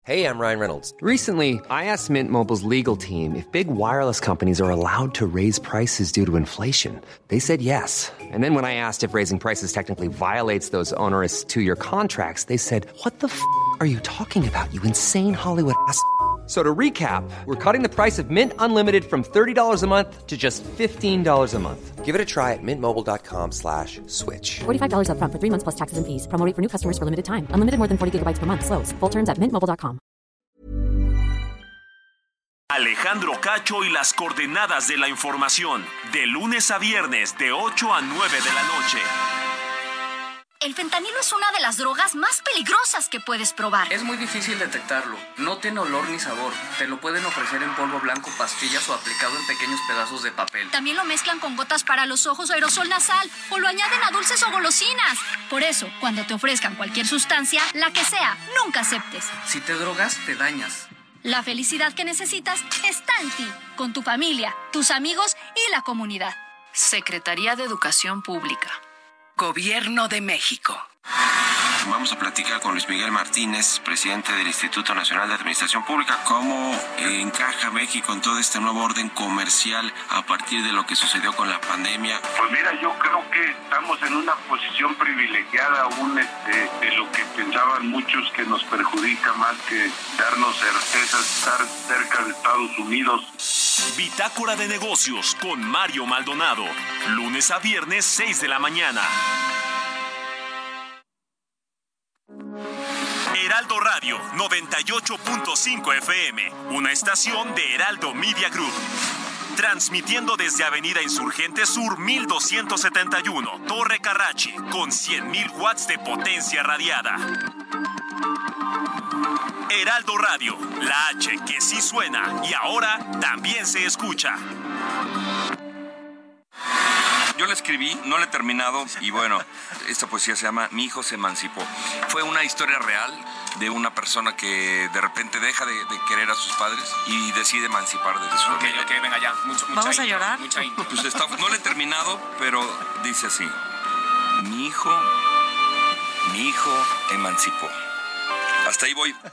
Hey, I'm Ryan Reynolds. Recently, I asked Mint Mobile's legal team if big wireless companies are allowed to raise prices due to inflation. They said yes. And then when I asked if raising prices technically violates those onerous two-year contracts, they said, "What the f*** are you talking about, you insane Hollywood ass?" So to recap, we're cutting the price of Mint Unlimited from $30 a month to just $15 a month. Give it a try at mintmobile.com/switch. $45 up front for 3 months plus taxes and fees. Promo rate for new customers for limited time. Unlimited more than 40 gigabytes per month. Slows full terms at mintmobile.com. Alejandro Cacho y las coordenadas de la información. De lunes a viernes, de 8 a 9 de la noche. El fentanilo es una de las drogas más peligrosas que puedes probar. Es muy difícil detectarlo. No tiene olor ni sabor. Te lo pueden ofrecer en polvo blanco, pastillas o aplicado en pequeños pedazos de papel. También lo mezclan con gotas para los ojos o aerosol nasal o lo añaden a dulces o golosinas. Por eso, cuando te ofrezcan cualquier sustancia, la que sea, nunca aceptes. Si te drogas, te dañas. La felicidad que necesitas está en ti, con tu familia, tus amigos y la comunidad. Secretaría de Educación Pública. Gobierno de México. Vamos a platicar con Luis Miguel Martínez, presidente del Instituto Nacional de Administración Pública. ¿Cómo encaja México en todo este nuevo orden comercial a partir de lo que sucedió con la pandemia? Pues mira, yo creo que estamos en una posición privilegiada aún de lo que pensaban muchos, que nos perjudica más que darnos certezas, estar cerca de Estados Unidos. Bitácora de Negocios con Mario Maldonado. Lunes a viernes, 6 de la mañana. Heraldo Radio 98.5 FM, una estación de Heraldo Media Group. Transmitiendo desde Avenida Insurgente Sur 1271, Torre Carrachi, con 100.000 watts de potencia radiada. Heraldo Radio, la H que sí suena y ahora también se escucha. Yo le escribí, no le he terminado, y bueno, esta poesía se llama Mi hijo se emancipó. Fue una historia real de una persona que de repente deja de querer a sus padres y decide emancipar de su familia. Ok, venga ya. ¿Vamos a llorar? Pues no le he terminado, pero dice así. Mi hijo emancipó. Hasta ahí voy.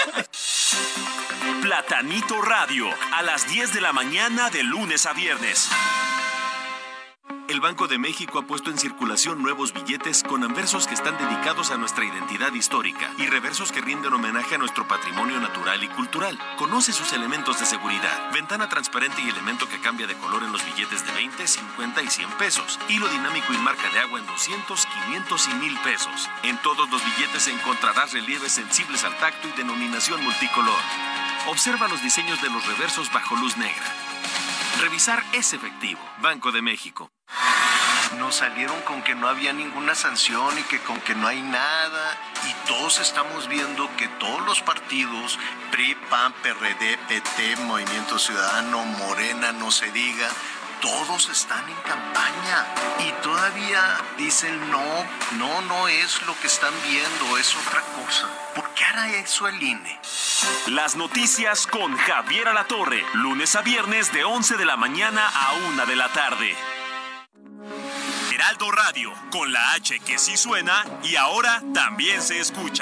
Platanito Radio, a las 10 de la mañana de lunes a viernes. El Banco de México ha puesto en circulación nuevos billetes con anversos que están dedicados a nuestra identidad histórica y reversos que rinden homenaje a nuestro patrimonio natural y cultural. Conoce sus elementos de seguridad: ventana transparente y elemento que cambia de color en los billetes de 20, 50 y 100 pesos. Hilo dinámico y marca de agua en 200, 500 y 1000 pesos. En todos los billetes encontrarás relieves sensibles al tacto y denominación multicolor. Observa los diseños de los reversos bajo luz negra. Revisar es efectivo. Banco de México. Nos salieron con que no había ninguna sanción y que con que no hay nada, y todos estamos viendo que todos los partidos, PRI, PAN, PRD, PT, Movimiento Ciudadano, Morena, no se diga, todos están en campaña y todavía dicen no es lo que están viendo, es otra cosa. ¿Por qué hará eso el INE? Las noticias con Javier Alatorre, lunes a viernes de 11 de la mañana a 1 de la tarde. Heraldo Radio, con la H que sí suena y ahora también se escucha.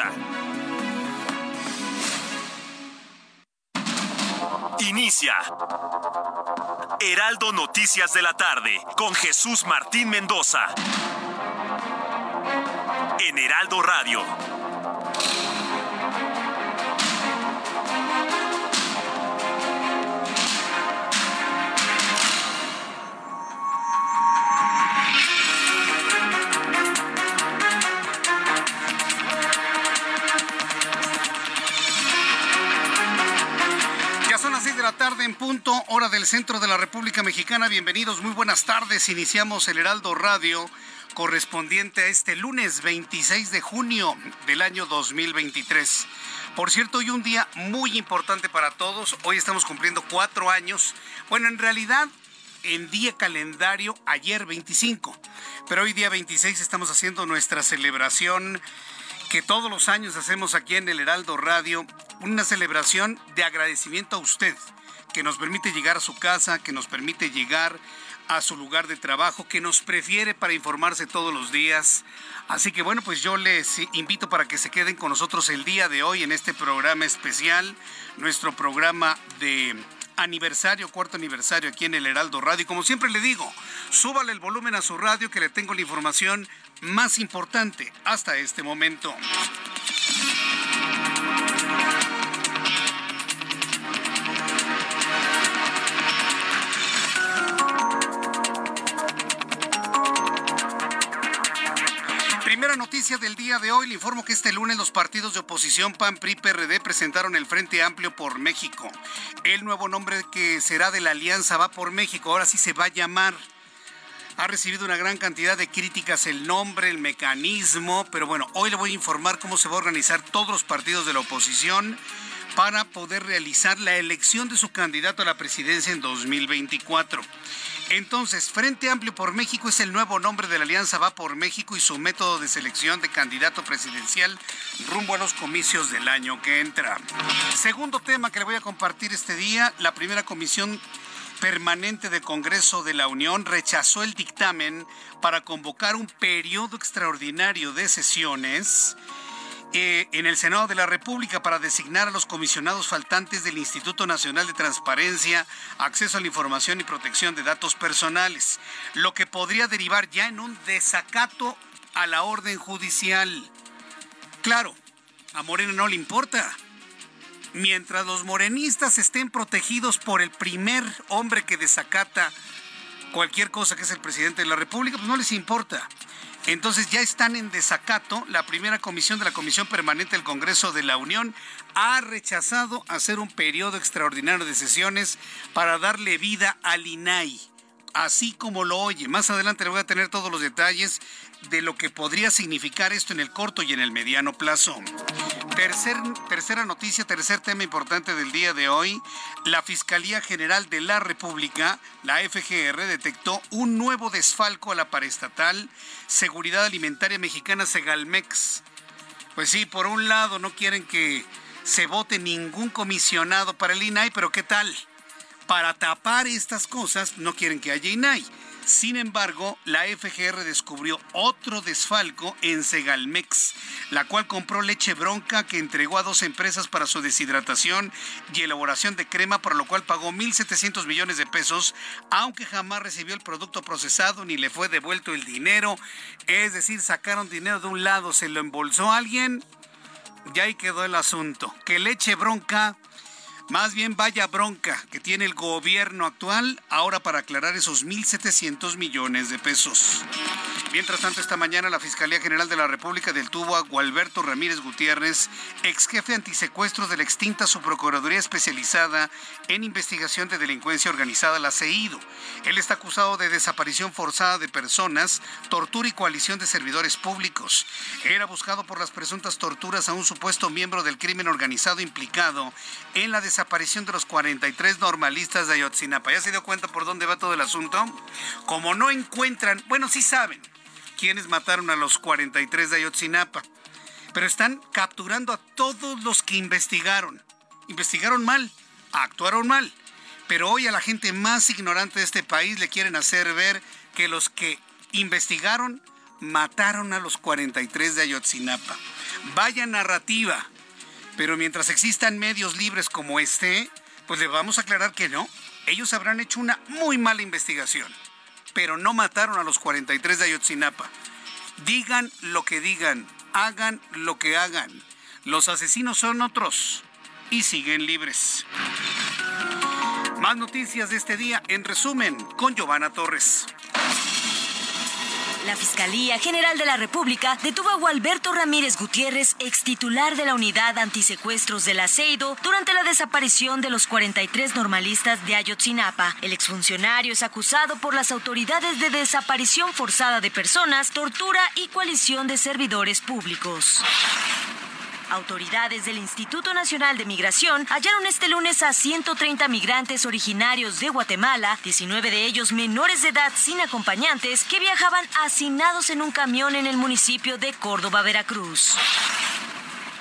Inicia Heraldo Noticias de la tarde con Jesús Martín Mendoza en Heraldo Radio. La tarde en punto, hora del centro de la República Mexicana. Bienvenidos, muy buenas tardes. Iniciamos el Heraldo Radio correspondiente a este lunes 26 de junio del año 2023. Por cierto, hoy un día muy importante para todos. Hoy estamos cumpliendo 4 años. Bueno, en realidad, en día calendario, ayer 25. Pero hoy día 26 estamos haciendo nuestra celebración que todos los años hacemos aquí en el Heraldo Radio, una celebración de agradecimiento a usted, que nos permite llegar a su casa, que nos permite llegar a su lugar de trabajo, que nos prefiere para informarse todos los días. Así que bueno, pues yo les invito para que se queden con nosotros el día de hoy en este programa especial, nuestro programa de aniversario, cuarto aniversario aquí en el Heraldo Radio. Y como siempre le digo, súbale el volumen a su radio que le tengo la información más importante hasta este momento. Primera noticia del día de hoy, le informo que este lunes los partidos de oposición PAN, PRI, PRD presentaron el Frente Amplio por México. El nuevo nombre que será de la Alianza Va por México, ahora sí se va a llamar. Ha recibido una gran cantidad de críticas el nombre, el mecanismo, pero bueno, hoy le voy a informar cómo se va a organizar todos los partidos de la oposición para poder realizar la elección de su candidato a la presidencia en 2024. Entonces, Frente Amplio por México es el nuevo nombre de la Alianza Va por México y su método de selección de candidato presidencial rumbo a los comicios del año que entra. Segundo tema que le voy a compartir este día, la primera comisión permanente del Congreso de la Unión rechazó el dictamen para convocar un periodo extraordinario de sesiones en el Senado de la República para designar a los comisionados faltantes del Instituto Nacional de Transparencia, Acceso a la Información y Protección de Datos Personales, lo que podría derivar ya en un desacato a la orden judicial. Claro, a Morena no le importa. Mientras los morenistas estén protegidos por el primer hombre que desacata cualquier cosa, que es el presidente de la República, pues no les importa. Entonces ya están en desacato. La primera comisión de la Comisión Permanente del Congreso de la Unión ha rechazado hacer un periodo extraordinario de sesiones para darle vida al INAI, así como lo oye. Más adelante le voy a tener todos los detalles de lo que podría significar esto en el corto y en el mediano plazo. Tercera noticia, tercer tema importante del día de hoy. La Fiscalía General de la República, la FGR, detectó un nuevo desfalco a la paraestatal Seguridad Alimentaria Mexicana, Segalmex. Pues sí, por un lado no quieren que se vote ningún comisionado para el INAI, pero ¿qué tal? Para tapar estas cosas no quieren que haya INAI. Sin embargo, la FGR descubrió otro desfalco en Segalmex, la cual compró leche bronca que entregó a 2 empresas para su deshidratación y elaboración de crema, por lo cual pagó 1,700 millones de pesos, aunque jamás recibió el producto procesado ni le fue devuelto el dinero. Es decir, sacaron dinero de un lado, se lo embolsó a alguien y ahí quedó el asunto. Que leche bronca, más bien vaya bronca que tiene el gobierno actual ahora para aclarar esos 1,700 millones de pesos. Mientras tanto, esta mañana la Fiscalía General de la República detuvo a Gualberto Ramírez Gutiérrez, ex jefe antisecuestros de la extinta Subprocuraduría Especializada en Investigación de Delincuencia Organizada, la CEIDO. Él está acusado de desaparición forzada de personas, tortura y coalición de servidores públicos. Era buscado por las presuntas torturas a un supuesto miembro del crimen organizado implicado en la desaparición de los 43 normalistas de Ayotzinapa. ¿Ya se dio cuenta por dónde va todo el asunto? Como no encuentran, bueno, sí saben quiénes mataron a los 43 de Ayotzinapa, pero están capturando a todos los que investigaron. Investigaron mal, actuaron mal, pero hoy a la gente más ignorante de este país le quieren hacer ver que los que investigaron mataron a los 43 de Ayotzinapa. Vaya narrativa. Pero mientras existan medios libres como este, pues le vamos a aclarar que no. Ellos habrán hecho una muy mala investigación, pero no mataron a los 43 de Ayotzinapa. Digan lo que digan, hagan lo que hagan. Los asesinos son otros y siguen libres. Más noticias de este día, en resumen, con Giovanna Torres. La Fiscalía General de la República detuvo a Gualberto Ramírez Gutiérrez, extitular de la Unidad Antisecuestros de la CEIDO, durante la desaparición de los 43 normalistas de Ayotzinapa. El exfuncionario es acusado por las autoridades de desaparición forzada de personas, tortura y coalición de servidores públicos. Autoridades del Instituto Nacional de Migración hallaron este lunes a 130 migrantes originarios de Guatemala, 19 de ellos menores de edad sin acompañantes, que viajaban hacinados en un camión en el municipio de Córdoba, Veracruz.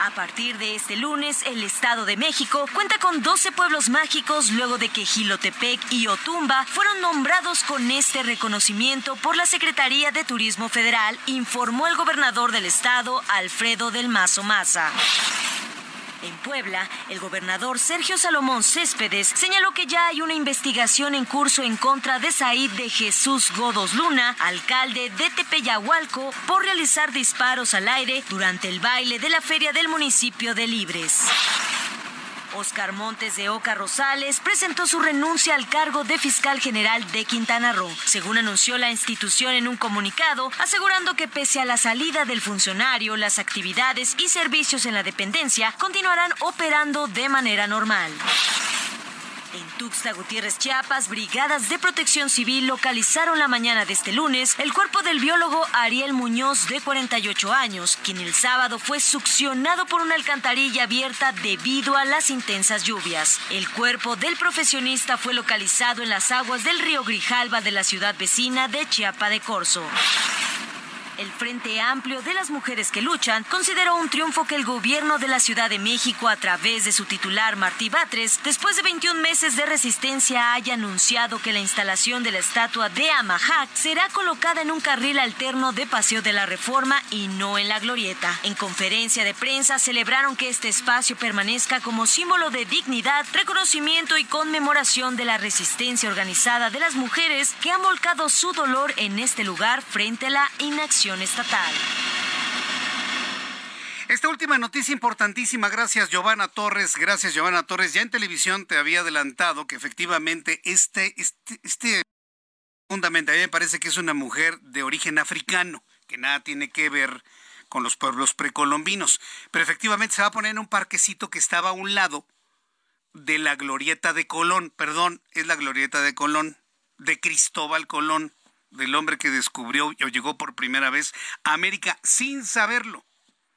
A partir de este lunes, el Estado de México cuenta con 12 pueblos mágicos luego de que Jilotepec y Otumba fueron nombrados con este reconocimiento por la Secretaría de Turismo Federal, informó el gobernador del estado, Alfredo del Mazo Maza. En Puebla, el gobernador Sergio Salomón Céspedes señaló que ya hay una investigación en curso en contra de Said de Jesús Godos Luna, alcalde de Tepeyahualco, por realizar disparos al aire durante el baile de la feria del municipio de Libres. Óscar Montes de Oca Rosales presentó su renuncia al cargo de fiscal general de Quintana Roo, según anunció la institución en un comunicado, asegurando que pese a la salida del funcionario, las actividades y servicios en la dependencia continuarán operando de manera normal. En Tuxtla Gutiérrez, Chiapas, brigadas de protección civil localizaron la mañana de este lunes el cuerpo del biólogo Ariel Muñoz, de 48 años, quien el sábado fue succionado por una alcantarilla abierta debido a las intensas lluvias. El cuerpo del profesionista fue localizado en las aguas del río Grijalva de la ciudad vecina de Chiapa de Corzo. El Frente Amplio de las Mujeres que Luchan consideró un triunfo que el gobierno de la Ciudad de México, a través de su titular Martí Batres, después de 21 meses de resistencia, haya anunciado que la instalación de la estatua de Amahac será colocada en un carril alterno de Paseo de la Reforma y no en la Glorieta. En conferencia de prensa celebraron que este espacio permanezca como símbolo de dignidad, reconocimiento y conmemoración de la resistencia organizada de las mujeres que han volcado su dolor en este lugar frente a la inacción estatal. Esta última noticia importantísima, gracias Giovanna Torres. Ya en televisión te había adelantado que efectivamente fundamentalmente a mí me parece que es una mujer de origen africano, que nada tiene que ver con los pueblos precolombinos, pero efectivamente se va a poner en un parquecito que estaba a un lado de la Glorieta de Colón, es la Glorieta de Colón, de Cristóbal Colón, del hombre que descubrió o llegó por primera vez a América sin saberlo.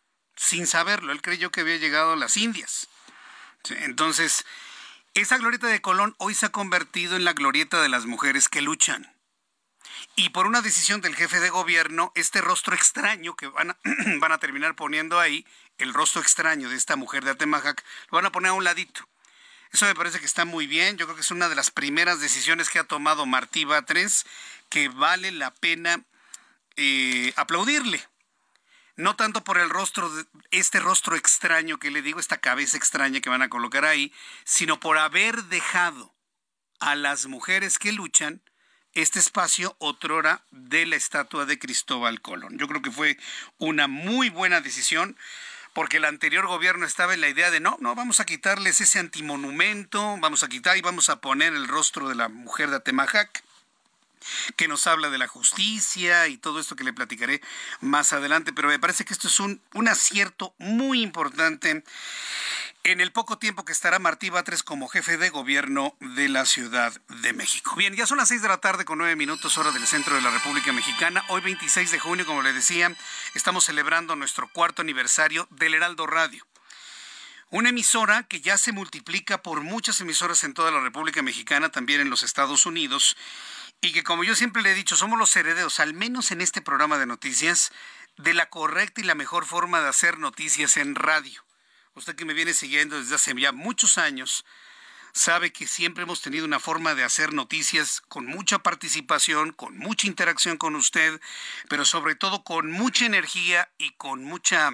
Él creyó que había llegado a las Indias. Sí, entonces, esa Glorieta de Colón hoy se ha convertido en la Glorieta de las Mujeres que Luchan. Y por una decisión del jefe de gobierno, este rostro extraño que van a terminar poniendo ahí, el rostro extraño de esta mujer de Atemajac, lo van a poner a un ladito. Eso me parece que está muy bien. Yo creo que es una de las primeras decisiones que ha tomado Martí Batres, que vale la pena aplaudirle. No tanto por el rostro, este rostro extraño que le digo, esta cabeza extraña que van a colocar ahí, sino por haber dejado a las mujeres que luchan este espacio otrora de la estatua de Cristóbal Colón. Yo creo que fue una muy buena decisión, porque el anterior gobierno estaba en la idea de no, vamos a quitarles ese antimonumento, vamos a quitar y vamos a poner el rostro de la mujer de Atemajac, que nos habla de la justicia y todo esto que le platicaré más adelante, pero me parece que esto es un acierto muy importante en el poco tiempo que estará Martí Batres como jefe de gobierno de la Ciudad de México. Bien, ya son las 6 de la tarde con 9 minutos, hora del centro de la República Mexicana. Hoy 26 de junio, como le decía, estamos celebrando nuestro 4º aniversario del Heraldo Radio. Una emisora que ya se multiplica por muchas emisoras en toda la República Mexicana, también en los Estados Unidos, y que, como yo siempre le he dicho, somos los herederos, al menos en este programa de noticias, de la correcta y la mejor forma de hacer noticias en radio. Usted que me viene siguiendo desde hace ya muchos años sabe que siempre hemos tenido una forma de hacer noticias con mucha participación, con mucha interacción con usted, pero sobre todo con mucha energía y con mucha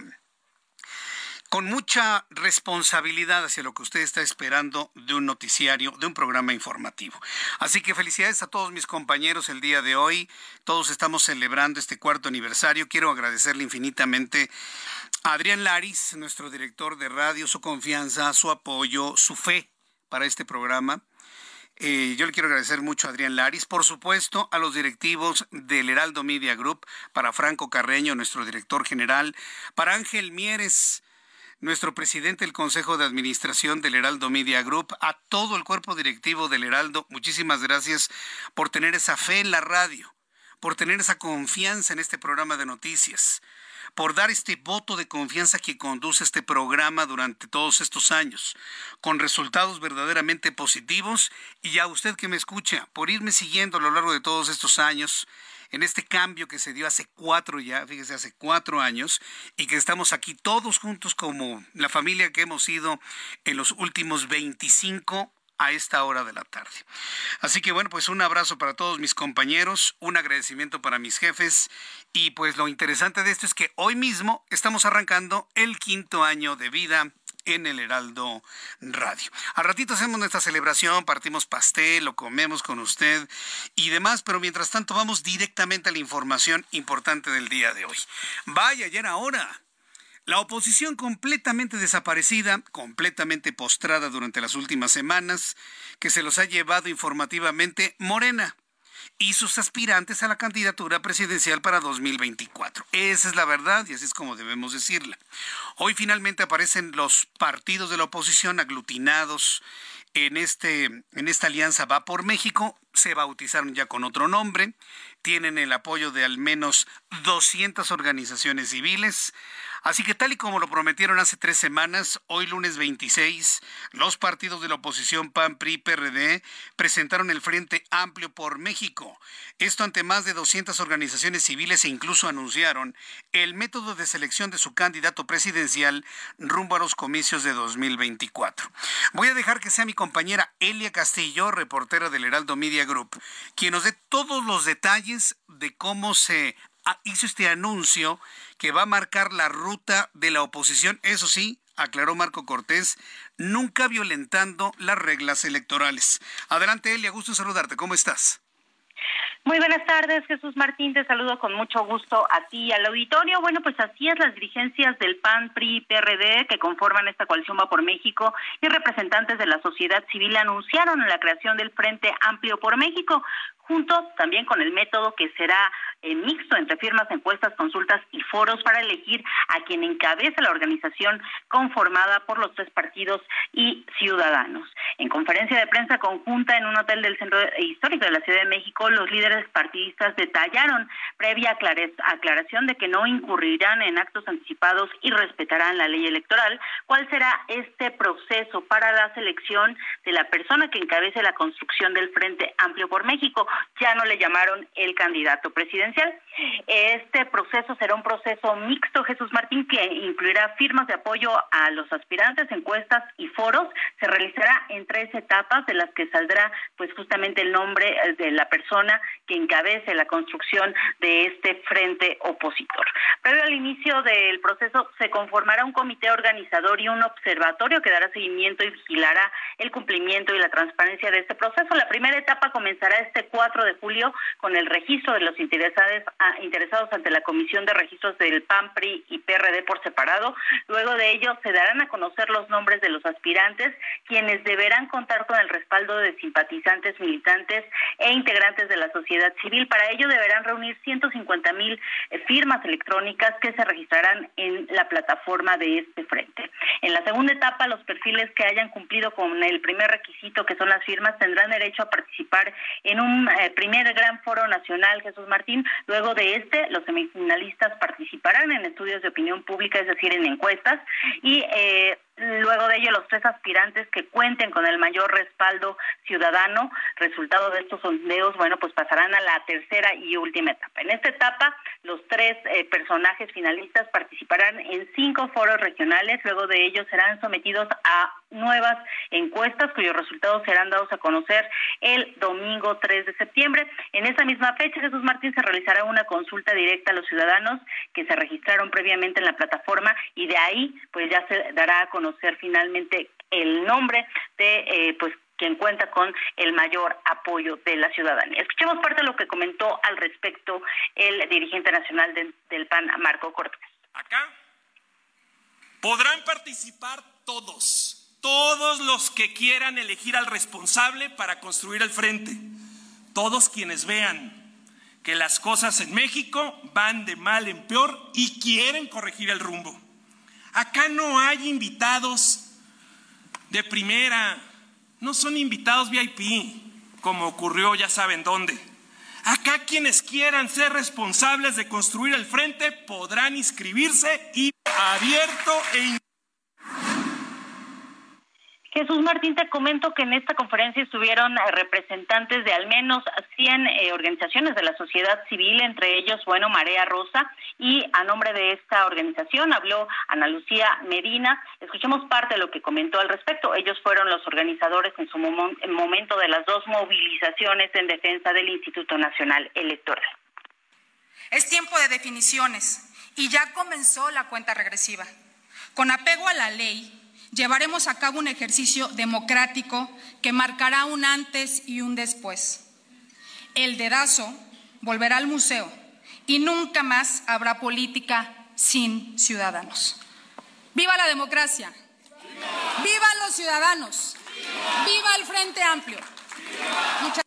responsabilidad hacia lo que usted está esperando de un noticiario, de un programa informativo. Así que felicidades a todos mis compañeros el día de hoy. Todos estamos celebrando este 4º aniversario. Quiero agradecerle infinitamente a Adrián Laris, nuestro director de radio, su confianza, su apoyo, su fe para este programa. Yo le quiero agradecer mucho a Adrián Laris, por supuesto a los directivos del Heraldo Media Group, para Franco Carreño, nuestro director general, para Ángel Mieres, nuestro presidente del Consejo de Administración del Heraldo Media Group, a todo el cuerpo directivo del Heraldo. Muchísimas gracias por tener esa fe en la radio, por tener esa confianza en este programa de noticias, por dar este voto de confianza que conduce este programa durante todos estos años, con resultados verdaderamente positivos, y a usted que me escucha, por irme siguiendo a lo largo de todos estos años en este cambio que se dio hace 4 años, y que estamos aquí todos juntos como la familia que hemos sido en los últimos 25 a esta hora de la tarde. Así que bueno, pues un abrazo para todos mis compañeros, un agradecimiento para mis jefes, y pues lo interesante de esto es que hoy mismo estamos arrancando el 5º año de vida en el Heraldo Radio. Al ratito hacemos nuestra celebración, partimos pastel, lo comemos con usted y demás, pero mientras tanto vamos directamente a la información importante del día de hoy. Vaya, ya era hora. La oposición completamente desaparecida, completamente postrada durante las últimas semanas, que se los ha llevado informativamente Morena y sus aspirantes a la candidatura presidencial para 2024. Esa es la verdad y así es como debemos decirla. Hoy finalmente aparecen los partidos de la oposición aglutinados en esta alianza Va por México. Se bautizaron ya con otro nombre, tienen el apoyo de al menos 200 organizaciones civiles. Así que tal y como lo prometieron hace 3 semanas, hoy lunes 26, los partidos de la oposición PAN, PRI, PRD presentaron el Frente Amplio por México. Esto ante más de 200 organizaciones civiles e incluso anunciaron el método de selección de su candidato presidencial rumbo a los comicios de 2024. Voy a dejar que sea mi compañera Elia Castillo, reportera del Heraldo Media Group, quien nos dé todos los detalles de cómo se hizo este anuncio que va a marcar la ruta de la oposición, eso sí, aclaró Marco Cortés, nunca violentando las reglas electorales. Adelante, Elia, gusto en saludarte, ¿cómo estás? Muy buenas tardes, Jesús Martín, te saludo con mucho gusto a ti y al auditorio. Bueno, pues así es, las dirigencias del PAN, PRI, PRD que conforman esta coalición Va por México y representantes de la sociedad civil anunciaron la creación del Frente Amplio por México, junto también con el método que será mixto entre firmas, encuestas, consultas y foros para elegir a quien encabeza la organización conformada por los 3 partidos y ciudadanos. En conferencia de prensa conjunta en un hotel del Centro Histórico de la Ciudad de México, los líderes partidistas detallaron, previa aclaración de que no incurrirán en actos anticipados y respetarán la ley electoral, cuál será este proceso para la selección de la persona que encabece la construcción del Frente Amplio por México. Ya no le llamaron el candidato presidencial. Este proceso será un proceso mixto, Jesús Martín, que incluirá firmas de apoyo a los aspirantes, encuestas y foros. Se realizará en 3 etapas, de las que saldrá pues justamente el nombre de la persona que encabece la construcción de este frente opositor. Previo al inicio del proceso se conformará un comité organizador y un observatorio que dará seguimiento y vigilará el cumplimiento y la transparencia de este proceso. La primera etapa comenzará este 4 de julio con el registro de los interesados ante la Comisión de Registros del PAN, PRI y PRD por separado. Luego de ello se darán a conocer los nombres de los aspirantes, quienes deberán contar con el respaldo de simpatizantes, militantes e integrantes de la sociedad civil. Para ello deberán reunir 150,000 firmas electrónicas que se registrarán en la plataforma de este frente. En la segunda etapa, los perfiles que hayan cumplido con el primer requisito, que son las firmas, tendrán derecho a participar en un primer gran foro nacional, Jesús Martín. Luego de los semifinalistas participarán en estudios de opinión pública, es decir, en encuestas, y luego de ello los 3 aspirantes que cuenten con el mayor respaldo ciudadano, resultado de estos sondeos, bueno, pues pasarán a la tercera y última etapa. En esta etapa, los 3 personajes finalistas participarán en 5 foros regionales. Luego de ello serán sometidos a nuevas encuestas cuyos resultados serán dados a conocer el domingo 3 de septiembre. En esa misma fecha, Jesús Martín, se realizará una consulta directa a los ciudadanos que se registraron previamente en la plataforma, y de ahí pues ya se dará a conocer finalmente el nombre de quien cuenta con el mayor apoyo de la ciudadanía. Escuchemos parte de lo que comentó al respecto el dirigente nacional del PAN, Marco Cortés. Acá podrán participar todos los que quieran elegir al responsable para construir el frente, todos quienes vean que las cosas en México van de mal en peor y quieren corregir el rumbo. Acá no hay invitados de primera, no son invitados VIP, como ocurrió ya saben dónde. Acá quienes quieran ser responsables de construir el frente podrán inscribirse y abierto e Jesús Martín, te comento que en esta conferencia estuvieron representantes de al menos 100 organizaciones de la sociedad civil, entre ellos, Marea Rosa, y a nombre de esta organización habló Ana Lucía Medina. Escuchemos parte de lo que comentó al respecto. Ellos fueron los organizadores en su momento de las 2 movilizaciones en defensa del Instituto Nacional Electoral. Es tiempo de definiciones y ya comenzó la cuenta regresiva. Con apego a la ley, llevaremos a cabo un ejercicio democrático que marcará un antes y un después. El dedazo volverá al museo y nunca más habrá política sin ciudadanos. ¡Viva la democracia! ¡Vivan los ciudadanos! ¡Viva el Frente Amplio! Muchas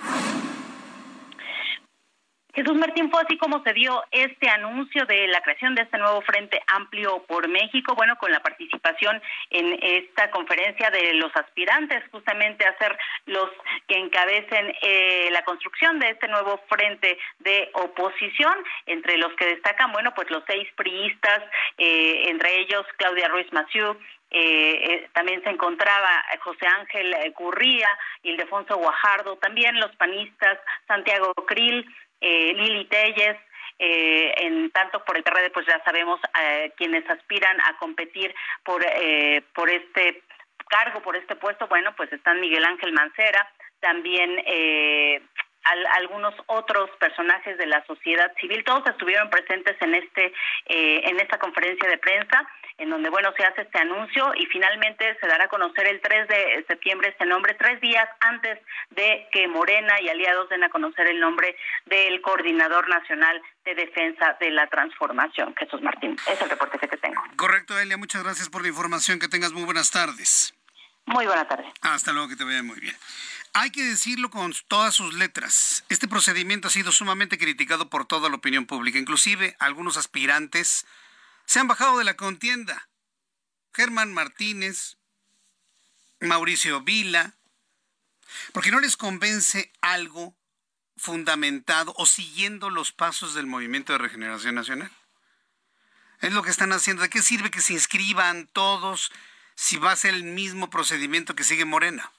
Jesús Martín, fue así como se dio este anuncio de la creación de este nuevo Frente Amplio por México, con la participación en esta conferencia de los aspirantes justamente a ser los que encabecen la construcción de este nuevo frente de oposición, entre los que destacan, los 6 priistas, entre ellos Claudia Ruiz Massieu. También se encontraba José Ángel Gurría, Ildefonso Guajardo, también los panistas Santiago Krill, Lili Telles. En tanto por el PRD, pues ya sabemos quienes aspiran a competir por este cargo, por este puesto, pues están Miguel Ángel Mancera, también algunos otros personajes de la sociedad civil. Todos estuvieron presentes en esta conferencia de prensa, en donde se hace este anuncio y finalmente se dará a conocer el 3 de septiembre este nombre, 3 días antes de que Morena y aliados den a conocer el nombre del Coordinador Nacional de Defensa de la Transformación. Jesús Martín, es el reporte que te tengo. Correcto, Elia, muchas gracias por la información, que tengas muy buenas tardes. Muy buena tarde. Hasta luego, que te vaya muy bien. Hay que decirlo con todas sus letras. Este procedimiento ha sido sumamente criticado por toda la opinión pública. Inclusive algunos aspirantes se han bajado de la contienda. Germán Martínez, Mauricio Vila, porque no les convence algo fundamentado o siguiendo los pasos del Movimiento de Regeneración Nacional. Es lo que están haciendo. ¿De qué sirve que se inscriban todos si va a ser el mismo procedimiento que sigue Morena?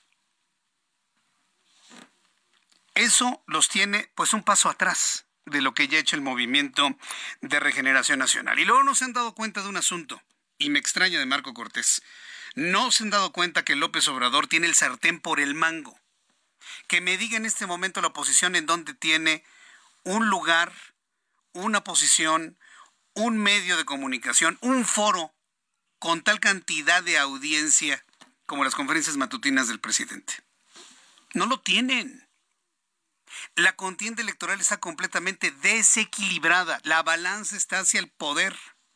Eso los tiene un paso atrás de lo que ya ha hecho el Movimiento de Regeneración Nacional. Y luego no se han dado cuenta de un asunto, y me extraña de Marco Cortés. No se han dado cuenta que López Obrador tiene el sartén por el mango. Que me diga en este momento la oposición en donde tiene un lugar, una posición, un medio de comunicación, un foro con tal cantidad de audiencia como las conferencias matutinas del presidente. No lo tienen. La contienda electoral está completamente desequilibrada. La balanza está hacia el poder.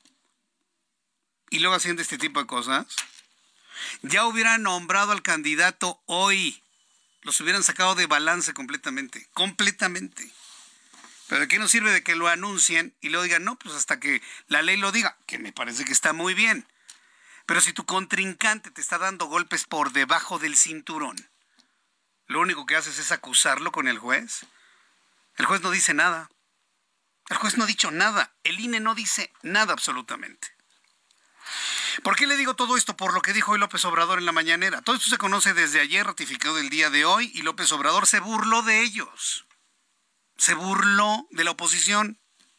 Y luego haciendo este tipo de cosas, ya hubieran nombrado al candidato hoy. Los hubieran sacado de balance completamente. Pero ¿de qué nos sirve de que lo anuncien y luego digan, no, pues hasta que la ley lo diga? Que me parece que está muy bien. Pero si tu contrincante te está dando golpes por debajo del cinturón, lo único que haces es acusarlo con el juez. El juez no dice nada. El juez no ha dicho nada. El INE no dice nada absolutamente. ¿Por qué le digo todo esto? Por lo que dijo hoy López Obrador en la mañanera. Todo esto se conoce desde ayer, ratificado el día de hoy, y López Obrador se burló de ellos. Se burló de la oposición.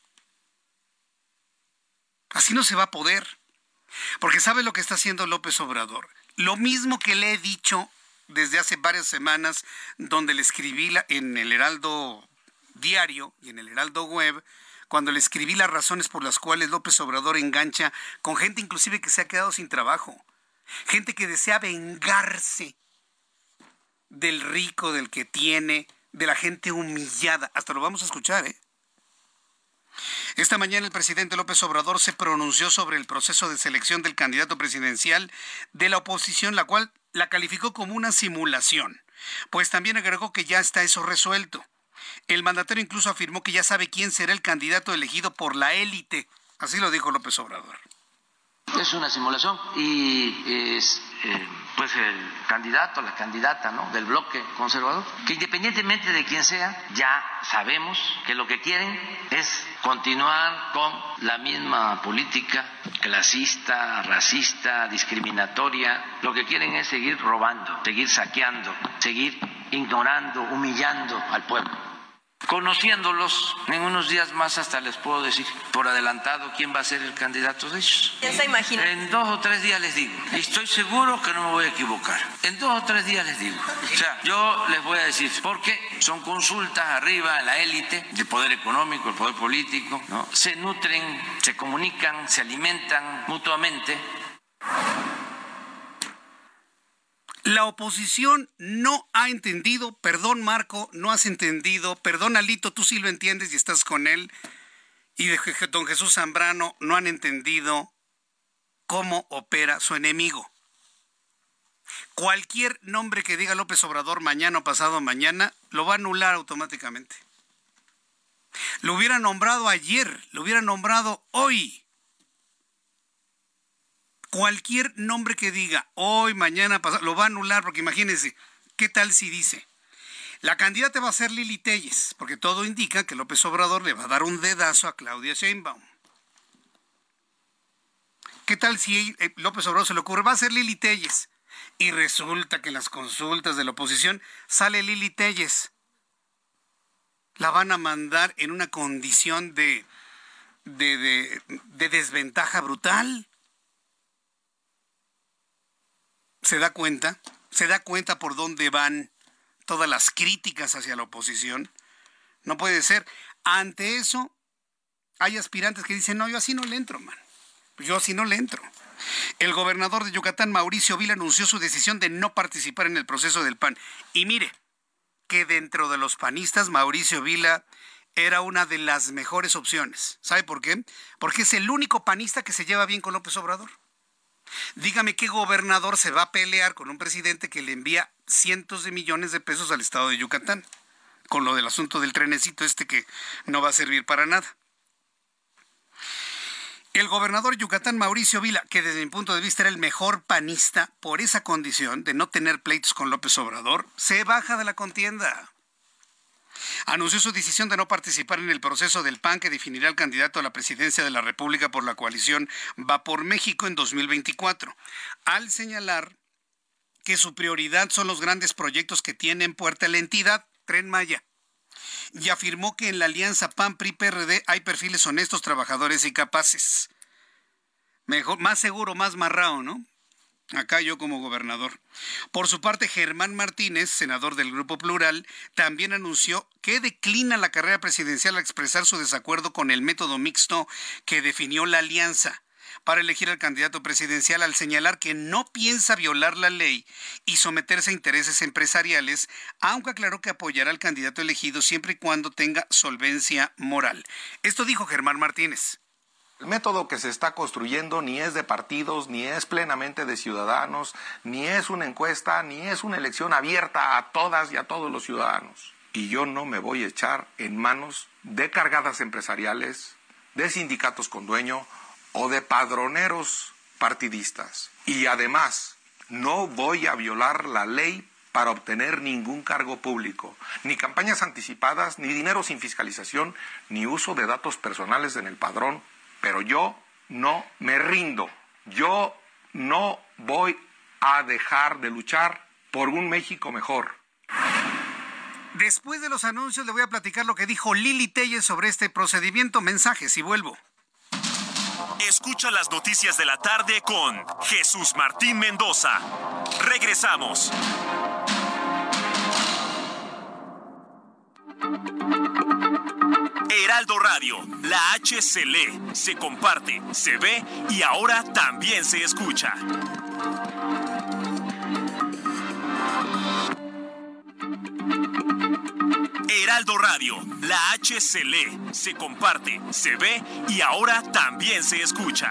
Así no se va a poder. Porque ¿sabe lo que está haciendo López Obrador? Lo mismo que le he dicho desde hace varias semanas, donde le escribí en el Heraldo Diario y en el Heraldo Web, cuando le escribí las razones por las cuales López Obrador engancha con gente inclusive que se ha quedado sin trabajo, gente que desea vengarse del rico, del que tiene, de la gente humillada. Hasta lo vamos a escuchar, ¿eh? Esta mañana el presidente López Obrador se pronunció sobre el proceso de selección del candidato presidencial de la oposición, la cual la calificó como una simulación, pues también agregó que ya está eso resuelto. El mandatario incluso afirmó que ya sabe quién será el candidato elegido por la élite. Así lo dijo López Obrador. Es una simulación y el candidato, la candidata, ¿no?, del bloque conservador, que independientemente de quién sea, ya sabemos que lo que quieren es continuar con la misma política clasista, racista, discriminatoria. Lo que quieren es seguir robando, seguir saqueando, seguir ignorando, humillando al pueblo. Conociéndolos, en unos días más hasta les puedo decir por adelantado quién va a ser el candidato de ellos. ¿Quién se imagina? En 2 o 3 días les digo. Y estoy seguro que no me voy a equivocar. En 2 o 3 días les digo. O sea, yo les voy a decir, porque son consultas arriba, la élite, el poder económico, el poder político, ¿no? Se nutren, se comunican, se alimentan mutuamente. La oposición no ha entendido, perdón Marco, no has entendido, perdón Alito, tú sí lo entiendes y estás con él, y de don Jesús Zambrano no han entendido cómo opera su enemigo. Cualquier nombre que diga López Obrador mañana o pasado mañana, lo va a anular automáticamente. Lo hubiera nombrado ayer, lo hubiera nombrado hoy. Cualquier nombre que diga hoy, mañana, pasado, lo va a anular, porque imagínense, ¿qué tal si dice? La candidata va a ser Lili Téllez, porque todo indica que López Obrador le va a dar un dedazo a Claudia Sheinbaum. ¿Qué tal si López Obrador se le ocurre? Va a ser Lili Téllez. Y resulta que en las consultas de la oposición sale Lili Téllez. La van a mandar en una condición de desventaja brutal. ¿Se da cuenta? ¿Se da cuenta por dónde van todas las críticas hacia la oposición? No puede ser. Ante eso, hay aspirantes que dicen, no, yo así no le entro, man. Yo así no le entro. El gobernador de Yucatán, Mauricio Vila, anunció su decisión de no participar en el proceso del PAN. Y mire, que dentro de los panistas, Mauricio Vila era una de las mejores opciones. ¿Sabe por qué? Porque es el único panista que se lleva bien con López Obrador. Dígame qué gobernador se va a pelear con un presidente que le envía cientos de millones de pesos al estado de Yucatán, con lo del asunto del trenecito que no va a servir para nada. El gobernador de Yucatán, Mauricio Vila, que desde mi punto de vista era el mejor panista por esa condición de no tener pleitos con López Obrador, se baja de la contienda. Anunció su decisión de no participar en el proceso del PAN que definirá al candidato a la presidencia de la República por la coalición Va por México en 2024, al señalar que su prioridad son los grandes proyectos que tiene en puerta la entidad, Tren Maya, y afirmó que en la alianza PAN-PRI-PRD hay perfiles honestos, trabajadores y capaces. Mejor, más seguro, más marrao, ¿no? Acá yo como gobernador. Por su parte, Germán Martínez, senador del Grupo Plural, también anunció que declina la carrera presidencial al expresar su desacuerdo con el método mixto que definió la alianza para elegir al candidato presidencial, al señalar que no piensa violar la ley y someterse a intereses empresariales, aunque aclaró que apoyará al candidato elegido siempre y cuando tenga solvencia moral. Esto dijo Germán Martínez. El método que se está construyendo ni es de partidos, ni es plenamente de ciudadanos, ni es una encuesta, ni es una elección abierta a todas y a todos los ciudadanos. Y yo no me voy a echar en manos de cargadas empresariales, de sindicatos con dueño o de padroneros partidistas. Y además, no voy a violar la ley para obtener ningún cargo público, ni campañas anticipadas, ni dinero sin fiscalización, ni uso de datos personales en el padrón. Pero yo no me rindo. Yo no voy a dejar de luchar por un México mejor. Después de los anuncios le voy a platicar lo que dijo Lili Téllez sobre este procedimiento. Mensajes y vuelvo. Escucha las noticias de la tarde con Jesús Martín Mendoza. Regresamos. Heraldo Radio, la H se lee, se comparte, se ve y ahora también se escucha. Heraldo Radio, la H se lee, se comparte, se ve y ahora también se escucha.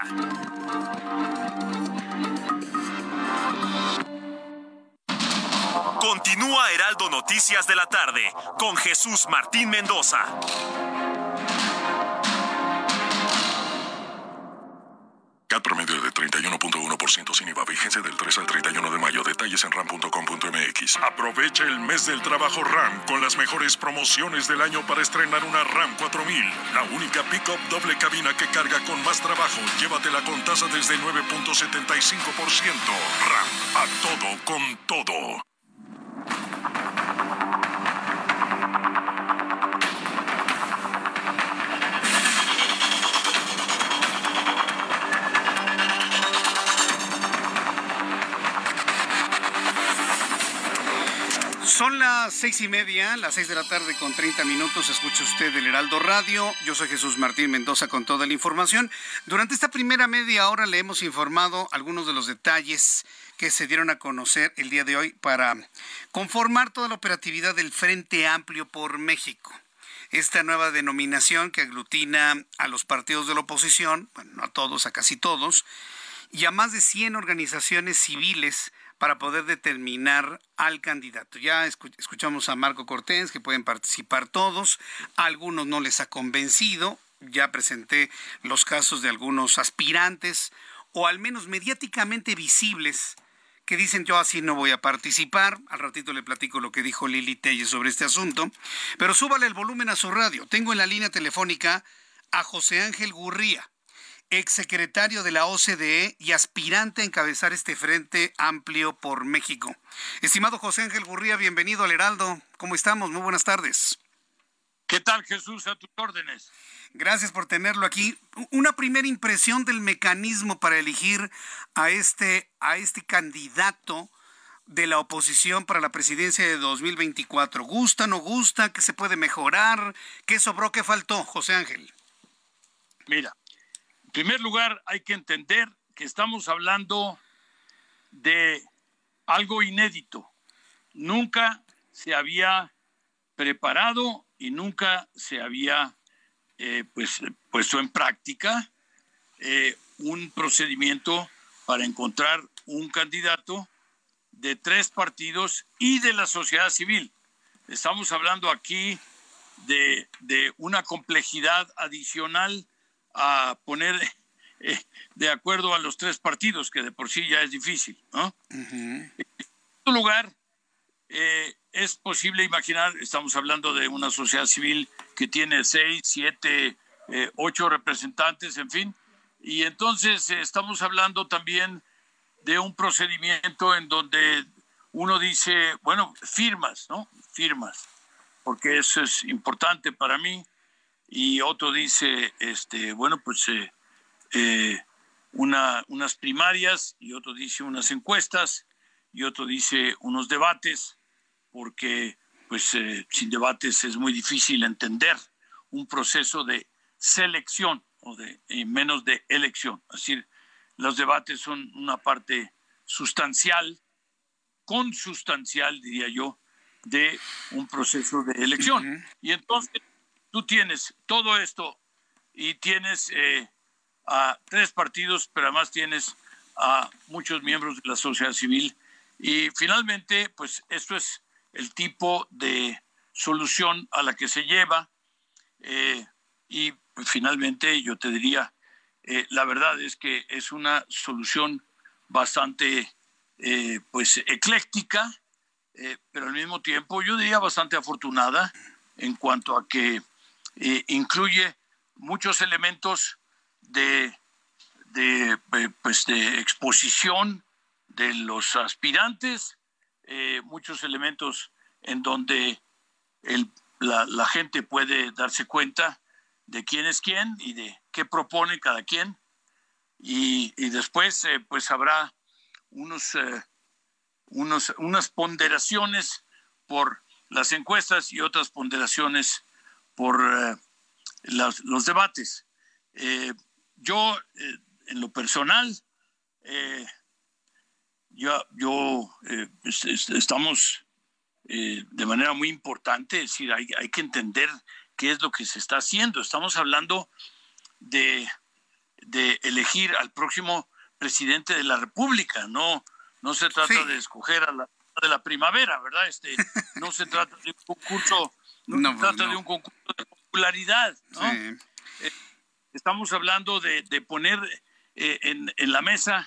Continúa Heraldo Noticias de la tarde con Jesús Martín Mendoza. CAT promedio de 31.1%. 0% sin IVA. Vigencia del 3 al 31 de mayo. Detalles en ram.com.mx. Aprovecha el mes del trabajo RAM con las mejores promociones del año para estrenar una RAM 4000. La única pick-up doble cabina que carga con más trabajo. Llévatela con tasa desde 9.75%. RAM, a todo con todo. Son las 6:30, las 6 de la tarde con 30 minutos. Escucha usted el Heraldo Radio. Yo soy Jesús Martín Mendoza con toda la información. Durante esta primera media hora le hemos informado algunos de los detalles que se dieron a conocer el día de hoy para conformar toda la operatividad del Frente Amplio por México. Esta nueva denominación que aglutina a los partidos de la oposición, bueno, no a todos, a casi todos, y a más de 100 organizaciones civiles para poder determinar al candidato. Ya escuchamos a Marco Cortés, que pueden participar todos. A algunos no les ha convencido. Ya presenté los casos de algunos aspirantes, o al menos mediáticamente visibles, que dicen: yo así no voy a participar. Al ratito le platico lo que dijo Lili Telles sobre este asunto. Pero súbale el volumen a su radio. Tengo en la línea telefónica a José Ángel Gurría, exsecretario de la OCDE y aspirante a encabezar este Frente Amplio por México. Estimado José Ángel Gurría, bienvenido al Heraldo. ¿Cómo estamos? Muy buenas tardes. ¿Qué tal, Jesús? A tus órdenes. Gracias por tenerlo aquí. Una primera impresión del mecanismo para elegir a este candidato de la oposición para la presidencia de 2024. ¿Gusta, no gusta? ¿Qué se puede mejorar? ¿Qué sobró? ¿Qué faltó, José Ángel? Mira, en primer lugar, hay que entender que estamos hablando de algo inédito. Nunca se había preparado y nunca se había puesto en práctica un procedimiento para encontrar un candidato de 3 partidos y de la sociedad civil. Estamos hablando aquí de una complejidad adicional a poner de acuerdo a los 3 partidos, que de por sí ya es difícil, ¿no? En segundo lugar, es posible imaginar, estamos hablando de una sociedad civil que tiene 6, 7, 8 representantes, en fin, y entonces estamos hablando también de un procedimiento en donde uno dice, bueno, firmas, ¿no? Firmas, porque eso es importante para mí. Y otro dice, unas primarias, y otro dice unas encuestas, y otro dice unos debates, porque sin debates es muy difícil entender un proceso de selección o de menos de elección. Es decir, los debates son una parte sustancial, consustancial, diría yo, de un proceso de elección. Y entonces tú tienes todo esto y tienes a 3 partidos, pero además tienes a muchos miembros de la sociedad civil. Y finalmente, pues esto es el tipo de solución a la que se lleva. Y pues, finalmente yo te diría, la verdad es que es una solución bastante ecléctica, pero al mismo tiempo yo diría bastante afortunada en cuanto a que incluye muchos elementos de exposición de los aspirantes, muchos elementos en donde la gente puede darse cuenta de quién es quién y de qué propone cada quien, y después pues habrá unas ponderaciones por las encuestas y otras ponderaciones por los debates. Yo, en lo personal, estamos de manera muy importante, es decir, hay que entender qué es lo que se está haciendo. Estamos hablando de elegir al próximo presidente de la República, no se trata de escoger a de la primavera, ¿verdad? No se trata de un concurso, de un concurso de popularidad, ¿no? Sí. Estamos hablando de poner en la mesa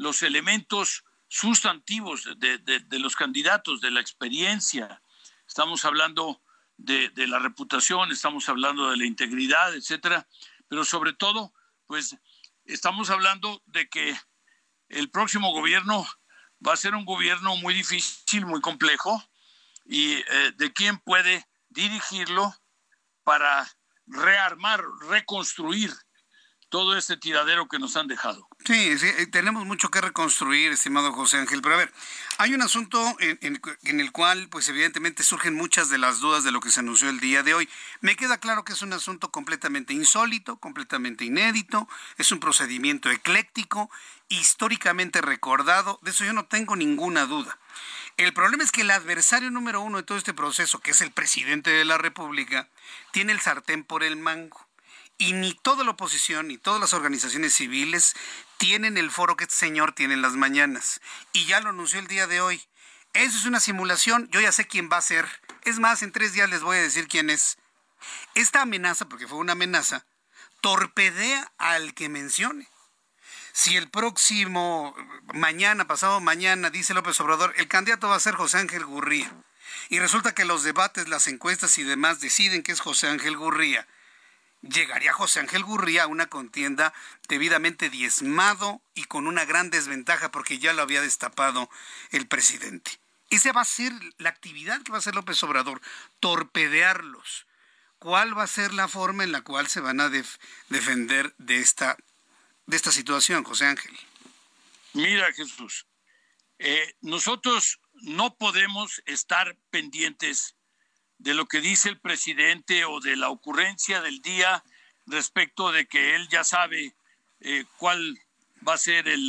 los elementos sustantivos de los candidatos, de la experiencia. Estamos hablando de la reputación, estamos hablando de la integridad, etcétera, pero sobre todo, pues estamos hablando de que el próximo gobierno va a ser un gobierno muy difícil, muy complejo, y de quién puede dirigirlo para rearmar, reconstruir todo este tiradero que nos han dejado. Sí, tenemos mucho que reconstruir, estimado José Ángel, pero a ver, hay un asunto en el cual, pues evidentemente surgen muchas de las dudas de lo que se anunció el día de hoy. Me queda claro que es un asunto completamente insólito, completamente inédito, es un procedimiento ecléctico, históricamente recordado, de eso yo no tengo ninguna duda. El problema es que el adversario número uno de todo este proceso, que es el presidente de la República, tiene el sartén por el mango. Y ni toda la oposición, ni todas las organizaciones civiles tienen el foro que este señor tiene en las mañanas. Y ya lo anunció el día de hoy. Eso es una simulación, yo ya sé quién va a ser. Es más, en 3 días les voy a decir quién es. Esta amenaza, porque fue una amenaza, torpedea al que mencione. Si el próximo mañana, pasado mañana, dice López Obrador, el candidato va a ser José Ángel Gurría, y resulta que los debates, las encuestas y demás deciden que es José Ángel Gurría, llegaría José Ángel Gurría a una contienda debidamente diezmado y con una gran desventaja porque ya lo había destapado el presidente. Esa va a ser la actividad que va a hacer López Obrador, torpedearlos. ¿Cuál va a ser la forma en la cual se van a defender de esta situación, José Ángel? Mira, Jesús, nosotros no podemos estar pendientes de lo que dice el presidente o de la ocurrencia del día respecto de que él ya sabe cuál va a ser el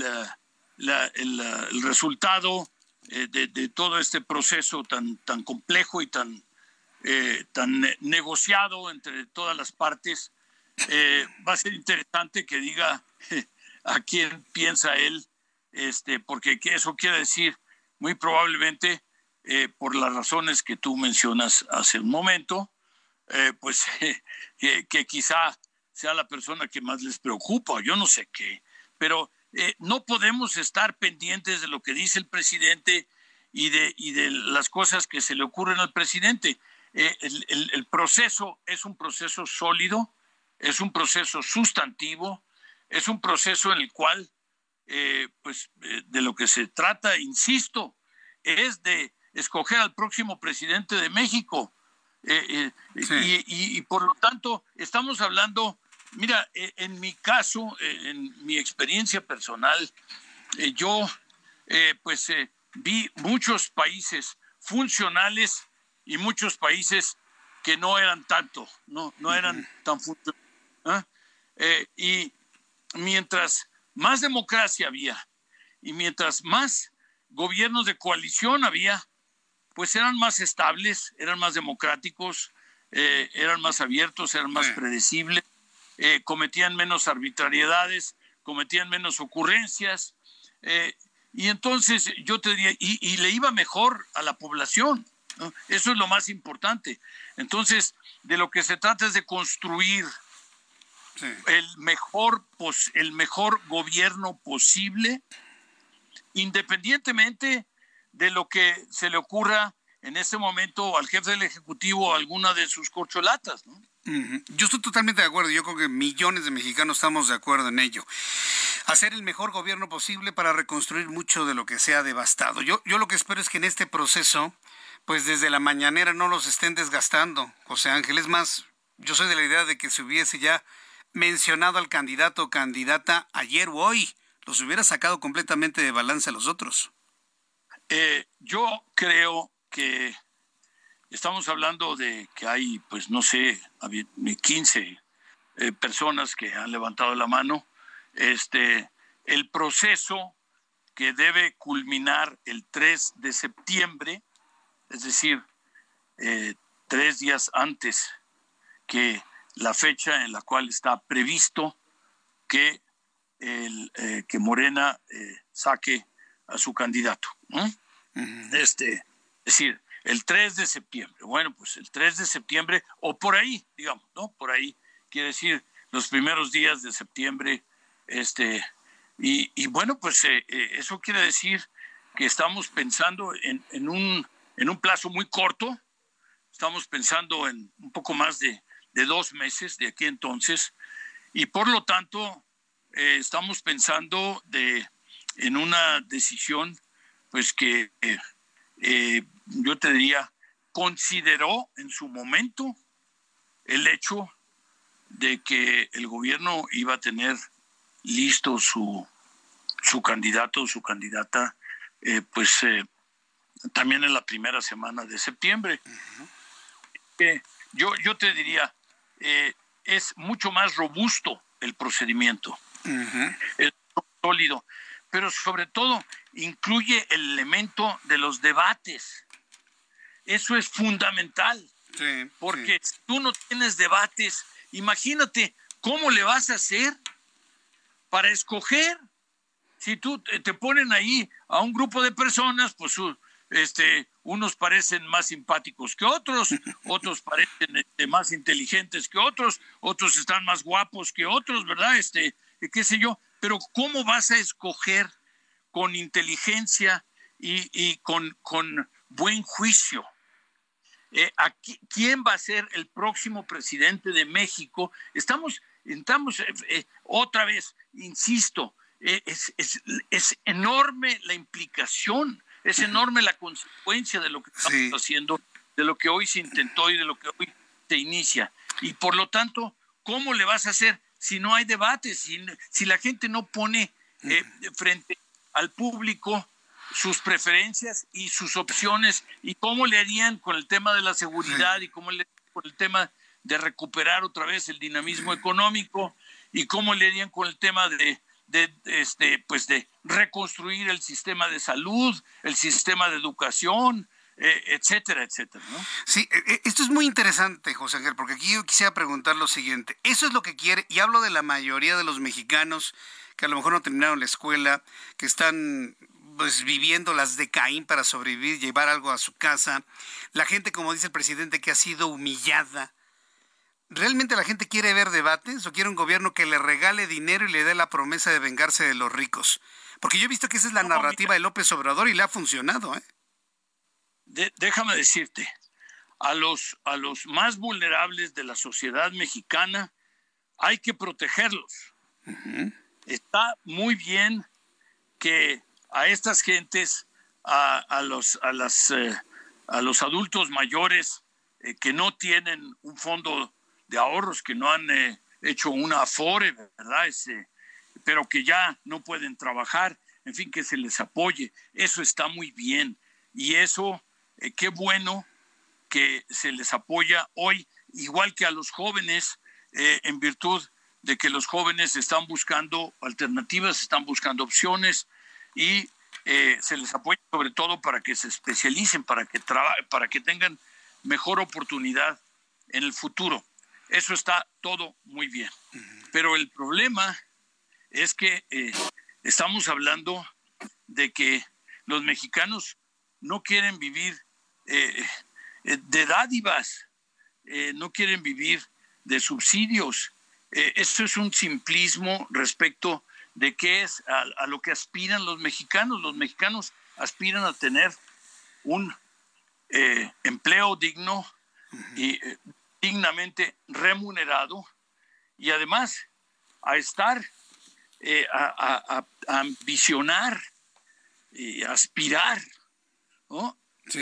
resultado de todo este proceso tan complejo y tan negociado entre todas las partes. Va a ser interesante que diga a quién piensa él, porque eso quiere decir muy probablemente, por las razones que tú mencionas hace un momento, pues que quizá sea la persona que más les preocupa, yo no sé qué, pero no podemos estar pendientes de lo que dice el presidente y de las cosas que se le ocurren al presidente. El proceso es un proceso sólido, es un proceso sustantivo, es un proceso en el cual, de lo que se trata, insisto, es de escoger al próximo presidente de México. Y por lo tanto, estamos hablando, mira, en mi caso, en mi experiencia personal, yo vi muchos países funcionales y muchos países que no eran tanto, no eran tan funcionales. Y mientras más democracia había y mientras más gobiernos de coalición había, pues eran más estables, eran más democráticos, eran más abiertos, eran más predecibles, cometían menos arbitrariedades, cometían menos ocurrencias, y entonces yo te diría, y le iba mejor a la población, ¿no? Eso es lo más importante. Entonces, de lo que se trata es de construir el mejor gobierno posible, independientemente de lo que se le ocurra en este momento al jefe del Ejecutivo o alguna de sus corcholatas, ¿no? Yo estoy totalmente de acuerdo, yo creo que millones de mexicanos estamos de acuerdo en ello. Hacer el mejor gobierno posible para reconstruir mucho de lo que se ha devastado. Yo lo que espero es que en este proceso, pues desde la mañanera no los estén desgastando, José Ángel. Es más, yo soy de la idea de que se hubiese ya mencionado al candidato o candidata ayer o hoy, los hubiera sacado completamente de balance a los otros. Yo creo que estamos hablando de que hay, pues no sé, 15 personas que han levantado la mano. El proceso que debe culminar el 3 de septiembre, es decir, 3 días antes que la fecha en la cual está previsto que Morena saque a su candidato, ¿no? Es decir, el 3 de septiembre. Bueno, pues el 3 de septiembre, o por ahí, digamos, ¿no? Por ahí, quiere decir, los primeros días de septiembre, Y bueno, pues eso quiere decir que estamos pensando en un plazo muy corto. Estamos pensando en un poco más de 2 meses de aquí entonces, y por lo tanto estamos pensando en una decisión pues que yo te diría consideró en su momento el hecho de que el gobierno iba a tener listo su candidato o su candidata también en la primera semana de septiembre. Yo te diría, es mucho más robusto el procedimiento, es sólido, pero sobre todo incluye el elemento de los debates. Eso es fundamental, porque si tú no tienes debates, imagínate cómo le vas a hacer para escoger. Si tú te ponen ahí a un grupo de personas, pues unos parecen más simpáticos que otros, otros parecen más inteligentes que otros están más guapos que otros, ¿verdad? Qué sé yo, pero ¿cómo vas a escoger con inteligencia y con buen juicio? ¿Quién va a ser el próximo presidente de México? Estamos otra vez, insisto, es enorme la implicación, es enorme la consecuencia de lo que estamos haciendo, de lo que hoy se intentó y de lo que hoy se inicia. Y por lo tanto, ¿cómo le vas a hacer si no hay debate, si la gente no pone frente al público sus preferencias y sus opciones? ¿Y cómo le harían con el tema de la seguridad y cómo le harían con el tema de recuperar otra vez el dinamismo económico y cómo le harían con el tema de reconstruir el sistema de salud, el sistema de educación, etcétera, etcétera, ¿no? Sí, esto es muy interesante, José Ángel, porque aquí yo quisiera preguntar lo siguiente. Eso es lo que quiere, y hablo de la mayoría de los mexicanos que a lo mejor no terminaron la escuela, que están pues viviendo las de Caín para sobrevivir, llevar algo a su casa. La gente, como dice el presidente, que ha sido humillada. ¿Realmente la gente quiere ver debates o quiere un gobierno que le regale dinero y le dé la promesa de vengarse de los ricos? Porque yo he visto que esa es la narrativa de López Obrador y le ha funcionado, ¿eh? Déjame decirte, a los más vulnerables de la sociedad mexicana hay que protegerlos. Está muy bien que a estas gentes, a los adultos mayores que no tienen un fondo de ahorros, que no han hecho una Afore, ¿verdad? Pero que ya no pueden trabajar, en fin, que se les apoye. Eso está muy bien. Y eso, qué bueno que se les apoya hoy, igual que a los jóvenes, en virtud de que los jóvenes están buscando alternativas, están buscando opciones y se les apoya sobre todo para que se especialicen, para que tengan mejor oportunidad en el futuro. Eso está todo muy bien. Pero el problema es que estamos hablando de que los mexicanos no quieren vivir de dádivas, no quieren vivir de subsidios. Esto es un simplismo respecto de qué es a lo que aspiran los mexicanos. Los mexicanos aspiran a tener un empleo digno y dignamente remunerado, y además a estar, a ambicionar, a aspirar, ¿no?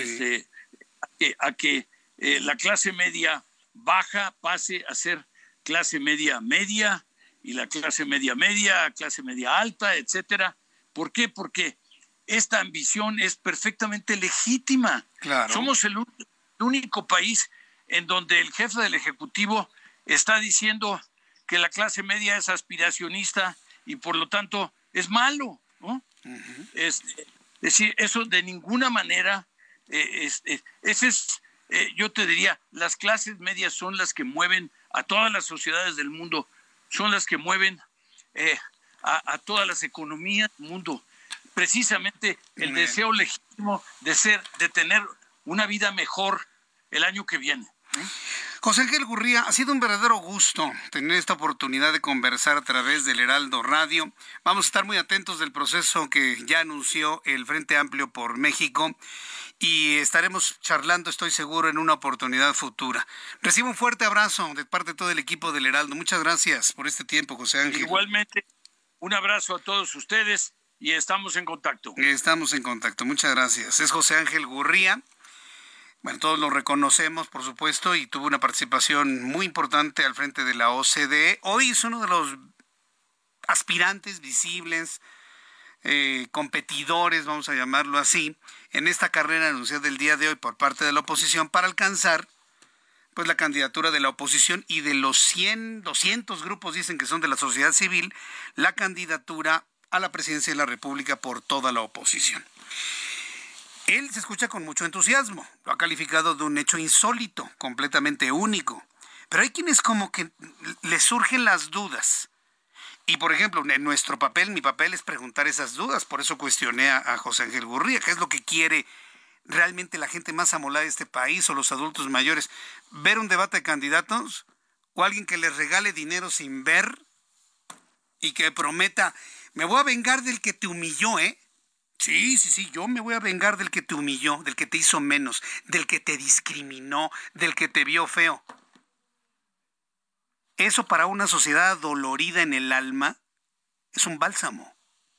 A que la clase media baja pase a ser clase media media, y la clase media media, clase media alta, etcétera. ¿Por qué? Porque esta ambición es perfectamente legítima. Claro. Somos el único país en donde el jefe del Ejecutivo está diciendo que la clase media es aspiracionista y por lo tanto es malo, ¿no? Es decir, eso de ninguna manera, yo te diría, las clases medias son las que mueven a todas las sociedades del mundo, son las que mueven a todas las economías del mundo. Precisamente el deseo legítimo de tener una vida mejor el año que viene. José Ángel Gurría, ha sido un verdadero gusto tener esta oportunidad de conversar a través del Heraldo Radio. Vamos a estar muy atentos del proceso que ya anunció el Frente Amplio por México y estaremos charlando, estoy seguro, en una oportunidad futura. Recibo un fuerte abrazo de parte de todo el equipo del Heraldo. Muchas gracias por este tiempo, José Ángel. Igualmente, un abrazo a todos ustedes y estamos en contacto. Estamos en contacto, muchas gracias. Es José Ángel Gurría. Bueno, todos lo reconocemos, por supuesto, y tuvo una participación muy importante al frente de la OCDE. Hoy es uno de los aspirantes visibles, competidores, vamos a llamarlo así, en esta carrera anunciada el día de hoy por parte de la oposición para alcanzar pues la candidatura de la oposición y de los 200 grupos dicen que son de la sociedad civil, la candidatura a la presidencia de la República por toda la oposición. Él se escucha con mucho entusiasmo, lo ha calificado de un hecho insólito, completamente único, pero hay quienes como que les surgen las dudas. Y, por ejemplo, en nuestro papel, mi papel es preguntar esas dudas. Por eso cuestioné a José Ángel Gurría, qué es lo que quiere realmente la gente más amolada de este país o los adultos mayores. ¿Ver un debate de candidatos o alguien que les regale dinero sin ver y que prometa, me voy a vengar del que te humilló, ¿eh? Sí, yo me voy a vengar del que te humilló, del que te hizo menos, del que te discriminó, del que te vio feo. Eso para una sociedad dolorida en el alma es un bálsamo.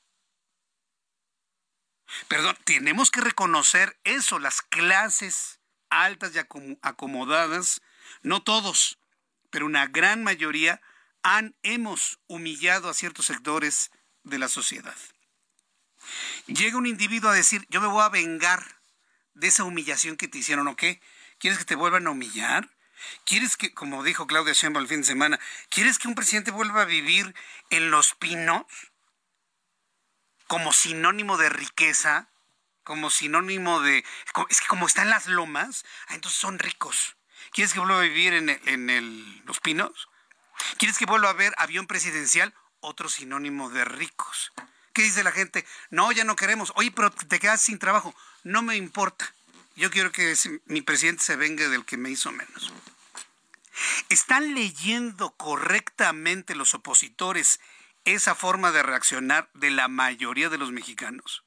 Perdón, tenemos que reconocer eso, las clases altas y acomodadas, no todos, pero una gran mayoría hemos humillado a ciertos sectores de la sociedad. Llega un individuo a decir, yo me voy a vengar de esa humillación que te hicieron, ¿o qué? ¿Quieres que te vuelvan a humillar? ¿Quieres que, como dijo Claudia Sheinbaum el fin de semana, ¿quieres que un presidente vuelva a vivir en Los Pinos como sinónimo de riqueza? Como sinónimo de... Es que como están las lomas, entonces son ricos. ¿Quieres que vuelva a vivir en Los Pinos? ¿Quieres que vuelva a ver avión presidencial? Otro sinónimo de ricos. ¿Qué dice la gente? No, ya no queremos. Oye, pero te quedas sin trabajo. No me importa. Yo quiero que mi presidente se venga del que me hizo menos. ¿Están leyendo correctamente los opositores esa forma de reaccionar de la mayoría de los mexicanos?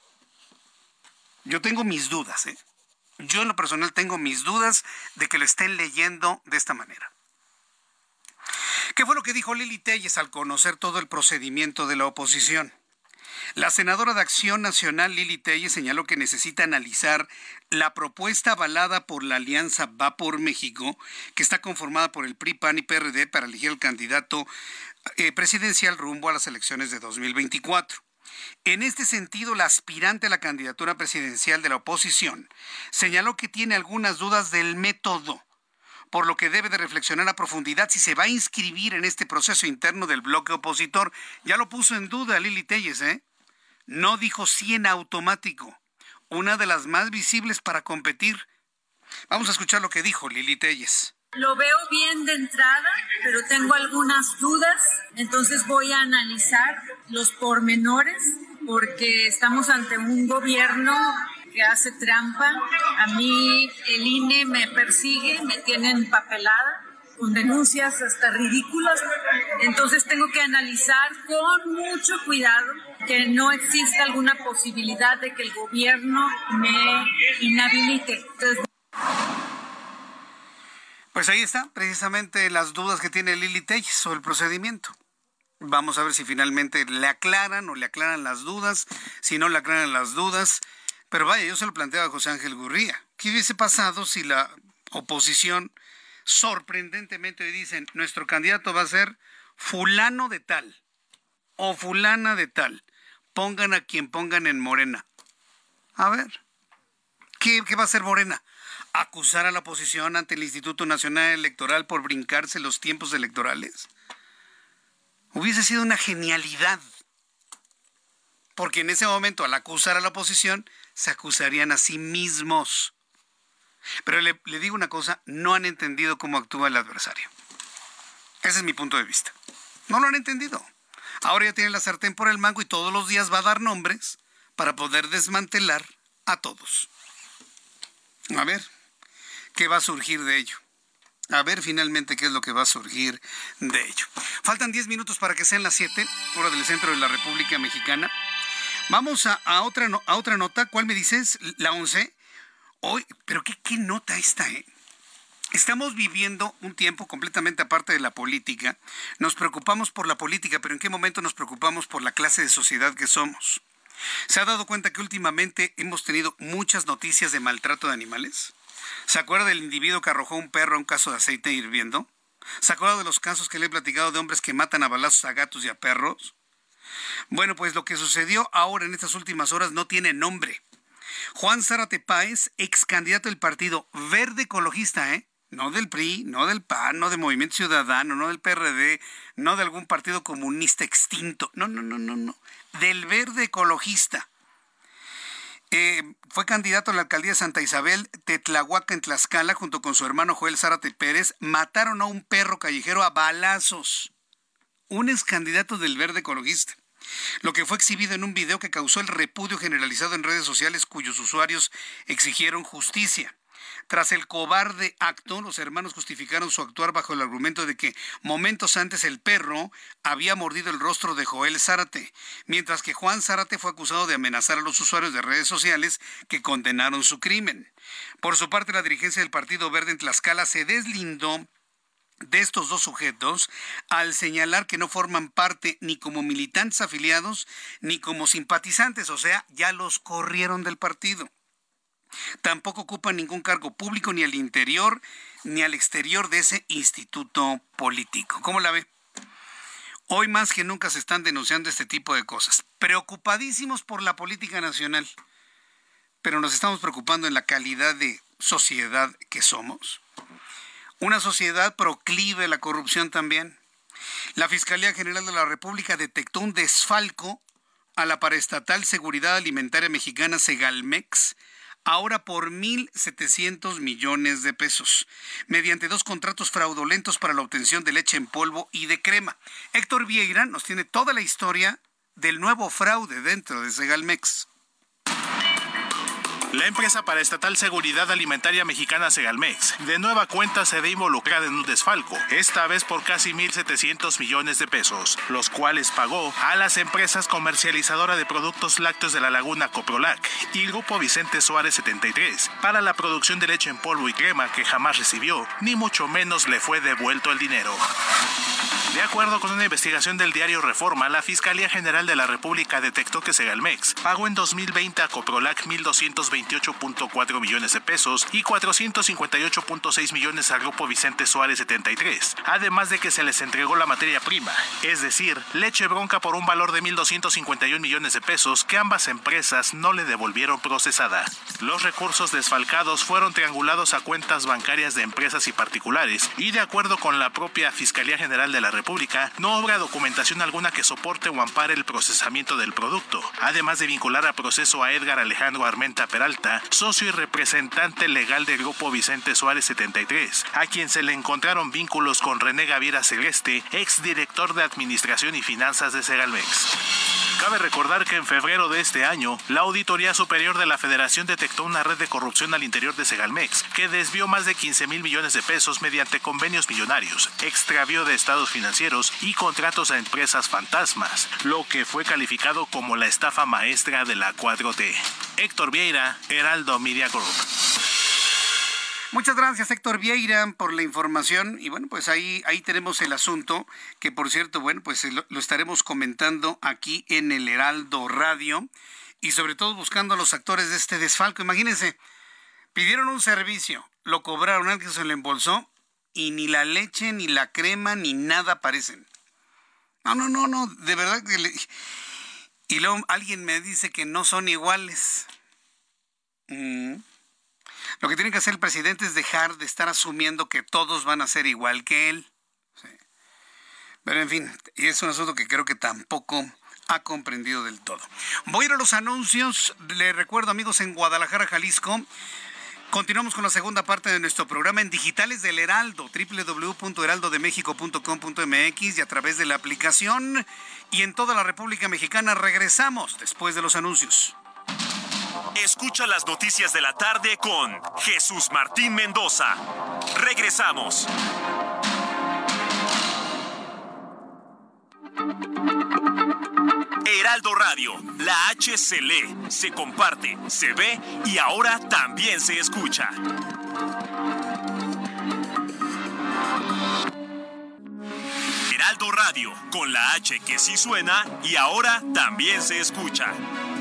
Yo tengo mis dudas, ¿eh? Yo en lo personal tengo mis dudas de que lo estén leyendo de esta manera. ¿Qué fue lo que dijo Lili Téllez al conocer todo el procedimiento de la oposición? La senadora de Acción Nacional, Lili Téllez, señaló que necesita analizar la propuesta avalada por la Alianza Va por México, que está conformada por el PRI, PAN y PRD para elegir el candidato presidencial rumbo a las elecciones de 2024. En este sentido, la aspirante a la candidatura presidencial de la oposición señaló que tiene algunas dudas del método, por lo que debe de reflexionar a profundidad si se va a inscribir en este proceso interno del bloque opositor. Ya lo puso en duda Lili Téllez, ¿eh? No dijo sí en automático, una de las más visibles para competir. Vamos a escuchar lo que dijo Lili Téllez. Lo veo bien de entrada, pero tengo algunas dudas, entonces voy a analizar los pormenores, porque estamos ante un gobierno que hace trampa. A mí el INE me persigue, me tiene empapelada, con denuncias hasta ridículas, entonces tengo que analizar con mucho cuidado que no exista alguna posibilidad de que el gobierno me inhabilite. Entonces, pues ahí está, precisamente las dudas que tiene Lili Téllez sobre el procedimiento. Vamos a ver si finalmente le aclaran o le aclaran las dudas, si no le aclaran las dudas. Pero vaya, yo se lo planteaba a José Ángel Gurría. ¿Qué hubiese pasado si la oposición sorprendentemente hoy dicen, nuestro candidato va a ser fulano de tal o fulana de tal? Pongan a quien pongan en Morena. A ver, ¿qué va a hacer Morena? ¿Acusar a la oposición ante el Instituto Nacional Electoral por brincarse los tiempos electorales? Hubiese sido una genialidad. Porque en ese momento, al acusar a la oposición, se acusarían a sí mismos. Pero le digo una cosa, no han entendido cómo actúa el adversario. Ese es mi punto de vista. No lo han entendido. Ahora ya tiene la sartén por el mango y todos los días va a dar nombres para poder desmantelar a todos. A ver, ¿qué va a surgir de ello? A ver finalmente qué es lo que va a surgir de ello. Faltan 10 minutos para que sean las 7, hora del centro de la República Mexicana. Vamos a otra nota. ¿Cuál me dices? La 11. Hoy, pero qué nota esta, ¿eh? Estamos viviendo un tiempo completamente aparte de la política. Nos preocupamos por la política, pero ¿en qué momento nos preocupamos por la clase de sociedad que somos? ¿Se ha dado cuenta que últimamente hemos tenido muchas noticias de maltrato de animales? ¿Se acuerda del individuo que arrojó un perro a un caso de aceite hirviendo? ¿Se acuerda de los casos que le he platicado de hombres que matan a balazos a gatos y a perros? Bueno, pues lo que sucedió ahora en estas últimas horas no tiene nombre. Juan Zárate Páez, ex candidato del Partido Verde Ecologista, no del PRI, no del PAN, no de Movimiento Ciudadano, no del PRD, no de algún partido comunista extinto. No. Del Verde Ecologista. Fue candidato a la alcaldía de Santa Isabel, Tetlahuaca, en Tlaxcala, junto con su hermano Joel Zárate Pérez. Mataron a un perro callejero a balazos. Un ex candidato del Verde Ecologista. Lo que fue exhibido en un video que causó el repudio generalizado en redes sociales, cuyos usuarios exigieron justicia. Tras el cobarde acto, los hermanos justificaron su actuar bajo el argumento de que momentos antes el perro había mordido el rostro de Joel Zárate, mientras que Juan Zárate fue acusado de amenazar a los usuarios de redes sociales que condenaron su crimen. Por su parte, la dirigencia del Partido Verde en Tlaxcala se deslindó de estos dos sujetos al señalar que no forman parte ni como militantes afiliados ni como simpatizantes, o sea, ya los corrieron del partido. Tampoco ocupan ningún cargo público ni al interior ni al exterior de ese instituto político. ¿Cómo la ve? Hoy más que nunca se están denunciando este tipo de cosas. Preocupadísimos por la política nacional, pero nos estamos preocupando en la calidad de sociedad que somos. Una sociedad proclive a la corrupción también. La Fiscalía General de la República detectó un desfalco a la paraestatal Seguridad Alimentaria Mexicana, Segalmex, ahora por 1,700 millones de pesos, mediante 2 contratos fraudulentos para la obtención de leche en polvo y de crema. Héctor Vieira nos tiene toda la historia del nuevo fraude dentro de Segalmex. La empresa paraestatal Seguridad Alimentaria Mexicana Segalmex de nueva cuenta se ve involucrada en un desfalco, esta vez por casi 1,700 millones de pesos, los cuales pagó a las empresas comercializadoras de productos lácteos de la Laguna Coprolac y Grupo Vicente Suárez 73 para la producción de leche en polvo y crema que jamás recibió, ni mucho menos le fue devuelto el dinero. De acuerdo con una investigación del diario Reforma, la Fiscalía General de la República detectó que Segalmex pagó en 2020 a Coprolac 1,228.4 millones de pesos y 458.6 millones al Grupo Vicente Suárez 73, además de que se les entregó la materia prima, es decir, leche bronca por un valor de 1,251 millones de pesos que ambas empresas no le devolvieron procesada. Los recursos desfalcados fueron triangulados a cuentas bancarias de empresas y particulares y, de acuerdo con la propia Fiscalía General de la República, no habrá documentación alguna que soporte o ampare el procesamiento del producto, además de vincular a proceso a Edgar Alejandro Armenta Peralta, socio y representante legal del Grupo Vicente Suárez 73, a quien se le encontraron vínculos con René Gaviera Celeste, exdirector de Administración y Finanzas de Segalmex. Cabe recordar que en febrero de este año, la Auditoría Superior de la Federación detectó una red de corrupción al interior de Segalmex, que desvió más de 15,000 millones de pesos mediante convenios millonarios, extravío de estados financieros y contratos a empresas fantasmas, lo que fue calificado como la estafa maestra de la 4T. Héctor Vieira, Heraldo Media Group. Muchas gracias, Héctor Vieira, por la información. Y bueno, pues ahí tenemos el asunto, que por cierto, bueno, pues lo estaremos comentando aquí en el Heraldo Radio y sobre todo buscando a los actores de este desfalco. Imagínense, pidieron un servicio, lo cobraron, alguien se lo embolsó y ni la leche, ni la crema, ni nada aparecen. No, de verdad que y luego alguien me dice que no son iguales. Lo que tiene que hacer el presidente es dejar de estar asumiendo que todos van a ser igual que él. Sí. Pero en fin, y es un asunto que creo que tampoco ha comprendido del todo. Voy a ir a los anuncios. Les recuerdo, amigos, en Guadalajara, Jalisco, continuamos con la segunda parte de nuestro programa en digitales del Heraldo, www.heraldodemexico.com.mx y a través de la aplicación. Y en toda la República Mexicana regresamos después de los anuncios. Escucha las noticias de la tarde con Jesús Martín Mendoza. Regresamos. Heraldo Radio, la H se lee, se comparte, se ve y ahora también se escucha. Heraldo Radio, con la H que sí suena y ahora también se escucha.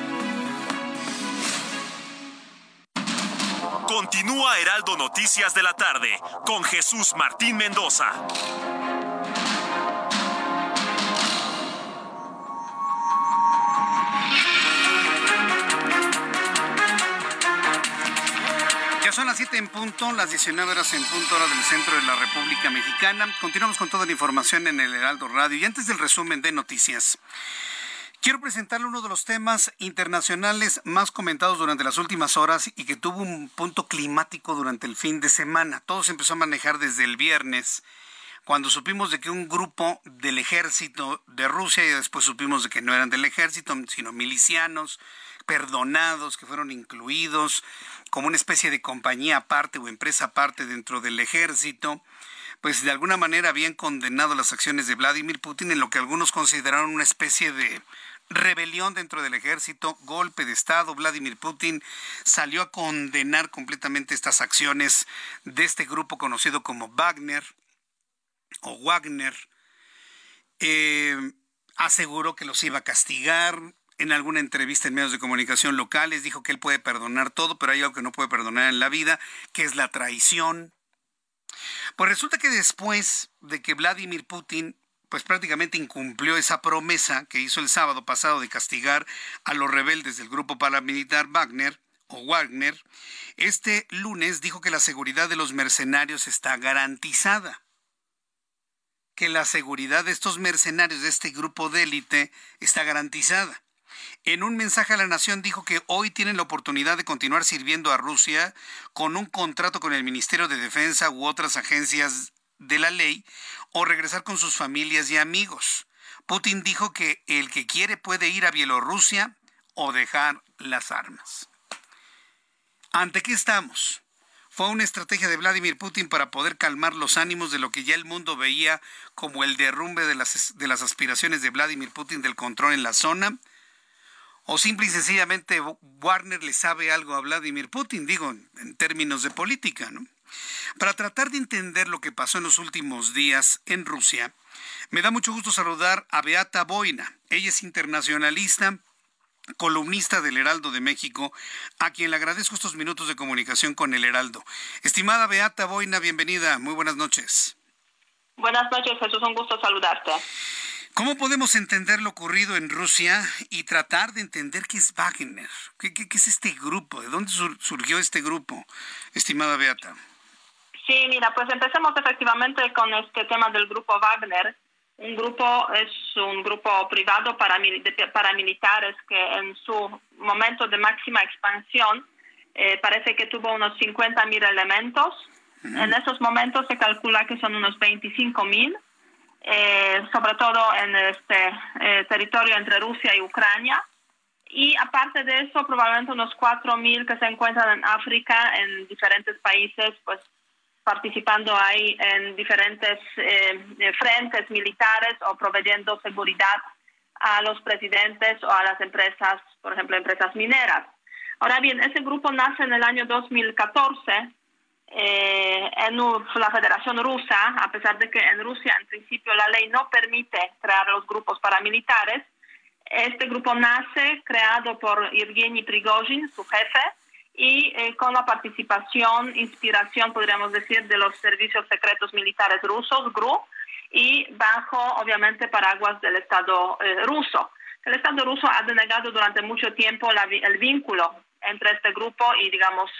Continúa Heraldo Noticias de la tarde con Jesús Martín Mendoza. Ya son las 7 en punto, las 19 horas en punto, hora del centro de la República Mexicana. Continuamos con toda la información en el Heraldo Radio. Y antes del resumen de noticias, quiero presentarle uno de los temas internacionales más comentados durante las últimas horas y que tuvo un punto climático durante el fin de semana. Todo se empezó a manejar desde el viernes, cuando supimos de que un grupo del ejército de Rusia, y después supimos de que no eran del ejército, sino milicianos, perdonados, que fueron incluidos como una especie de compañía aparte o empresa aparte dentro del ejército, pues de alguna manera habían condenado las acciones de Vladimir Putin en lo que algunos consideraron una especie de rebelión dentro del ejército, golpe de Estado. Vladimir Putin salió a condenar completamente estas acciones de este grupo conocido como Wagner. Aseguró que los iba a castigar. En alguna entrevista en medios de comunicación locales dijo que él puede perdonar todo, pero hay algo que no puede perdonar en la vida, que es la traición. Pues resulta que después de que Vladimir Putin pues prácticamente incumplió esa promesa que hizo el sábado pasado de castigar a los rebeldes del grupo paramilitar Wagner, este lunes dijo que la seguridad de los mercenarios está garantizada. Que la seguridad de estos mercenarios, de este grupo de élite, está garantizada. En un mensaje a la nación dijo que hoy tienen la oportunidad de continuar sirviendo a Rusia con un contrato con el Ministerio de Defensa u otras agencias de la ley o regresar con sus familias y amigos. Putin dijo que el que quiere puede ir a Bielorrusia o dejar las armas. ¿Ante qué estamos? Fue una estrategia de Vladimir Putin para poder calmar los ánimos de lo que ya el mundo veía como el derrumbe de las aspiraciones de Vladimir Putin del control en la zona. O simple y sencillamente Wagner le sabe algo a Vladimir Putin, digo, en términos de política, ¿no? Para tratar de entender lo que pasó en los últimos días en Rusia, me da mucho gusto saludar a Beata Boina. Ella es internacionalista, columnista del Heraldo de México, a quien le agradezco estos minutos de comunicación con el Heraldo. Estimada Beata Boina, bienvenida, muy buenas noches. Buenas noches, Jesús, un gusto saludarte. ¿Cómo podemos entender lo ocurrido en Rusia y tratar de entender qué es Wagner? ¿Qué es este grupo? ¿De dónde surgió este grupo, estimada Beata? Sí, mira, pues empecemos efectivamente con este tema del grupo Wagner. Un grupo es un grupo privado paramilitares que en su momento de máxima expansión parece que tuvo unos 50,000 elementos. Uh-huh. En esos momentos se calcula que son unos 25,000. Sobre todo en este territorio entre Rusia y Ucrania, y aparte de eso probablemente unos 4,000 que se encuentran en África, en diferentes países, pues participando ahí en diferentes frentes militares o proveyendo seguridad a los presidentes o a las empresas, por ejemplo, empresas mineras. Ahora bien, ese grupo nace en el año 2014 en la Federación Rusa, a pesar de que en Rusia en principio la ley no permite crear los grupos paramilitares. Este grupo nace creado por Yevgeny Prigozhin, su jefe, y con la participación, inspiración, podríamos decir, de los servicios secretos militares rusos, GRU, y bajo, obviamente, paraguas del Estado ruso. El Estado ruso ha denegado durante mucho tiempo el vínculo entre este grupo y, digamos,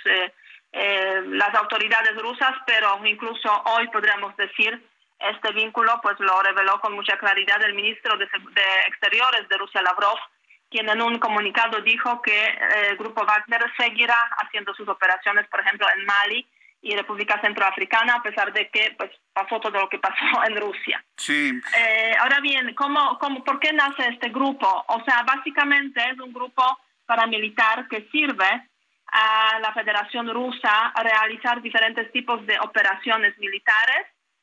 las autoridades rusas, pero incluso hoy podríamos decir este vínculo pues lo reveló con mucha claridad el ministro de Exteriores de Rusia, Lavrov, quien en un comunicado dijo que el grupo Wagner seguirá haciendo sus operaciones, por ejemplo, en Mali y República Centroafricana, a pesar de que pues pasó todo lo que pasó en Rusia. Sí. Ahora bien, ¿por qué nace este grupo? O sea, básicamente es un grupo paramilitar que sirve a la Federación Rusa a realizar diferentes tipos de operaciones militares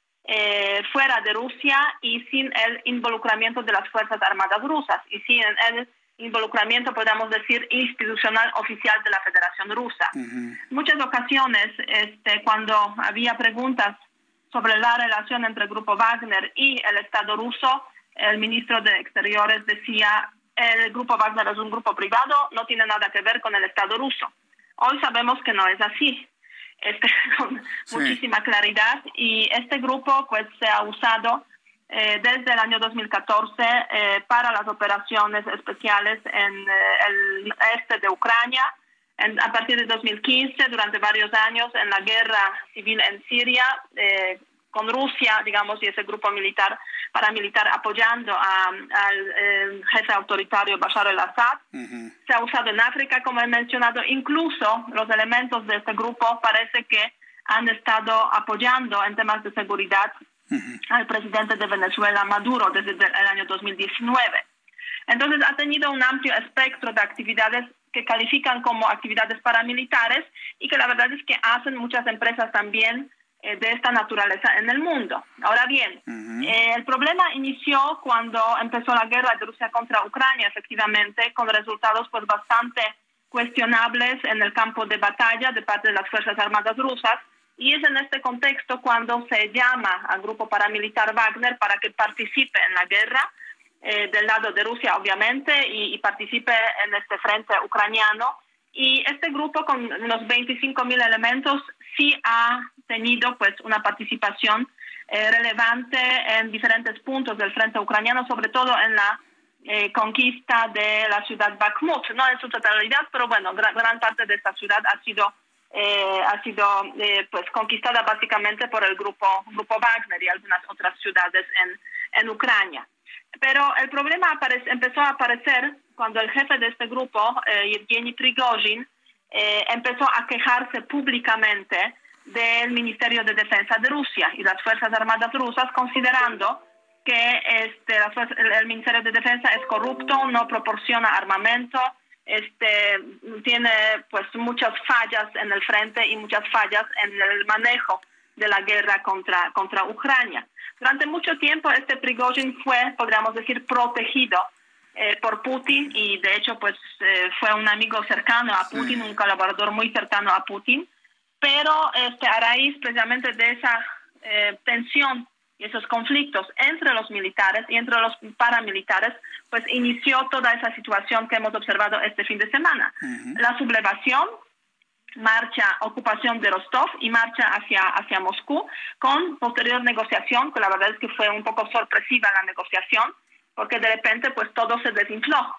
fuera de Rusia y sin el involucramiento de las Fuerzas Armadas rusas y sin el involucramiento, podríamos decir, institucional oficial de la Federación Rusa. En muchas ocasiones, cuando había preguntas sobre la relación entre el Grupo Wagner y el Estado ruso, el ministro de Exteriores decía: el Grupo Wagner es un grupo privado, no tiene nada que ver con el Estado ruso. Hoy sabemos que no es así, con muchísima claridad, y este grupo pues se ha usado desde el año 2014 para las operaciones especiales en el este de Ucrania, a partir de 2015, durante varios años en la guerra civil en Siria, con Rusia, digamos, y ese grupo paramilitar apoyando al jefe autoritario Bashar al-Assad. Se ha usado en África, como he mencionado. Incluso los elementos de este grupo parece que han estado apoyando en temas de seguridad al presidente de Venezuela, Maduro, desde el año 2019. Entonces ha tenido un amplio espectro de actividades que califican como actividades paramilitares y que la verdad es que hacen muchas empresas también de esta naturaleza en el mundo. Ahora bien, el problema inició cuando empezó la guerra de Rusia contra Ucrania, efectivamente, con resultados pues bastante cuestionables en el campo de batalla de parte de las Fuerzas Armadas rusas, y es en este contexto cuando se llama al grupo paramilitar Wagner para que participe en la guerra del lado de Rusia, obviamente, y participe en este frente ucraniano. Y este grupo, con unos 25.000 elementos, sí ha tenido pues una participación relevante en diferentes puntos del frente ucraniano, sobre todo en la conquista de la ciudad Bakhmut, no en su totalidad, pero bueno, gran parte de esta ciudad ha sido pues conquistada básicamente por el grupo Wagner y algunas otras ciudades en Ucrania. Pero el problema empezó a aparecer cuando el jefe de este grupo, Yevgeny Prigozhin, empezó a quejarse públicamente del Ministerio de Defensa de Rusia y las Fuerzas Armadas rusas, considerando que el Ministerio de Defensa es corrupto, no proporciona armamento, tiene pues muchas fallas en el frente y muchas fallas en el manejo de la guerra contra Ucrania. Durante mucho tiempo este Prigozhin fue, podríamos decir, protegido por Putin, y de hecho pues fue un amigo cercano a Putin, un colaborador muy cercano a Putin, pero a raíz precisamente de esa tensión y esos conflictos entre los militares y entre los paramilitares, pues inició toda esa situación que hemos observado este fin de semana. La sublevación, marcha, ocupación de Rostov y marcha hacia Moscú, con posterior negociación, que la verdad es que fue un poco sorpresiva la negociación, porque de repente pues todo se desinfló.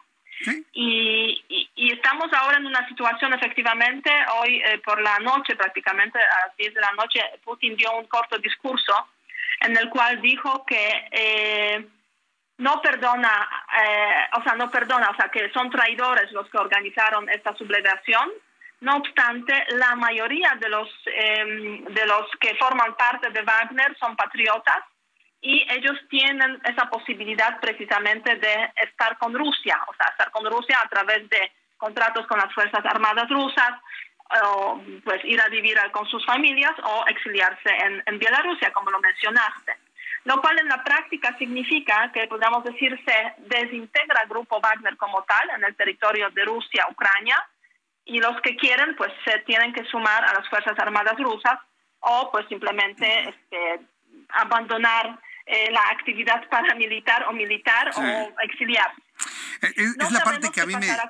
Y estamos ahora en una situación, efectivamente, hoy por la noche, prácticamente a las 10 de la noche, Putin dio un corto discurso en el cual dijo que no perdona, que son traidores los que organizaron esta sublevación. No obstante, la mayoría de los que forman parte de Wagner son patriotas, y ellos tienen esa posibilidad precisamente de estar con Rusia, estar con Rusia a través de contratos con las Fuerzas Armadas rusas, o pues ir a vivir con sus familias o exiliarse en Bielorrusia, como lo mencionaste. Lo cual en la práctica significa que, podríamos decir, se desintegra el grupo Wagner como tal en el territorio de Rusia, Ucrania, y los que quieren pues se tienen que sumar a las Fuerzas Armadas rusas o pues simplemente abandonar la actividad paramilitar o militar o exiliarse. Es la parte que a mí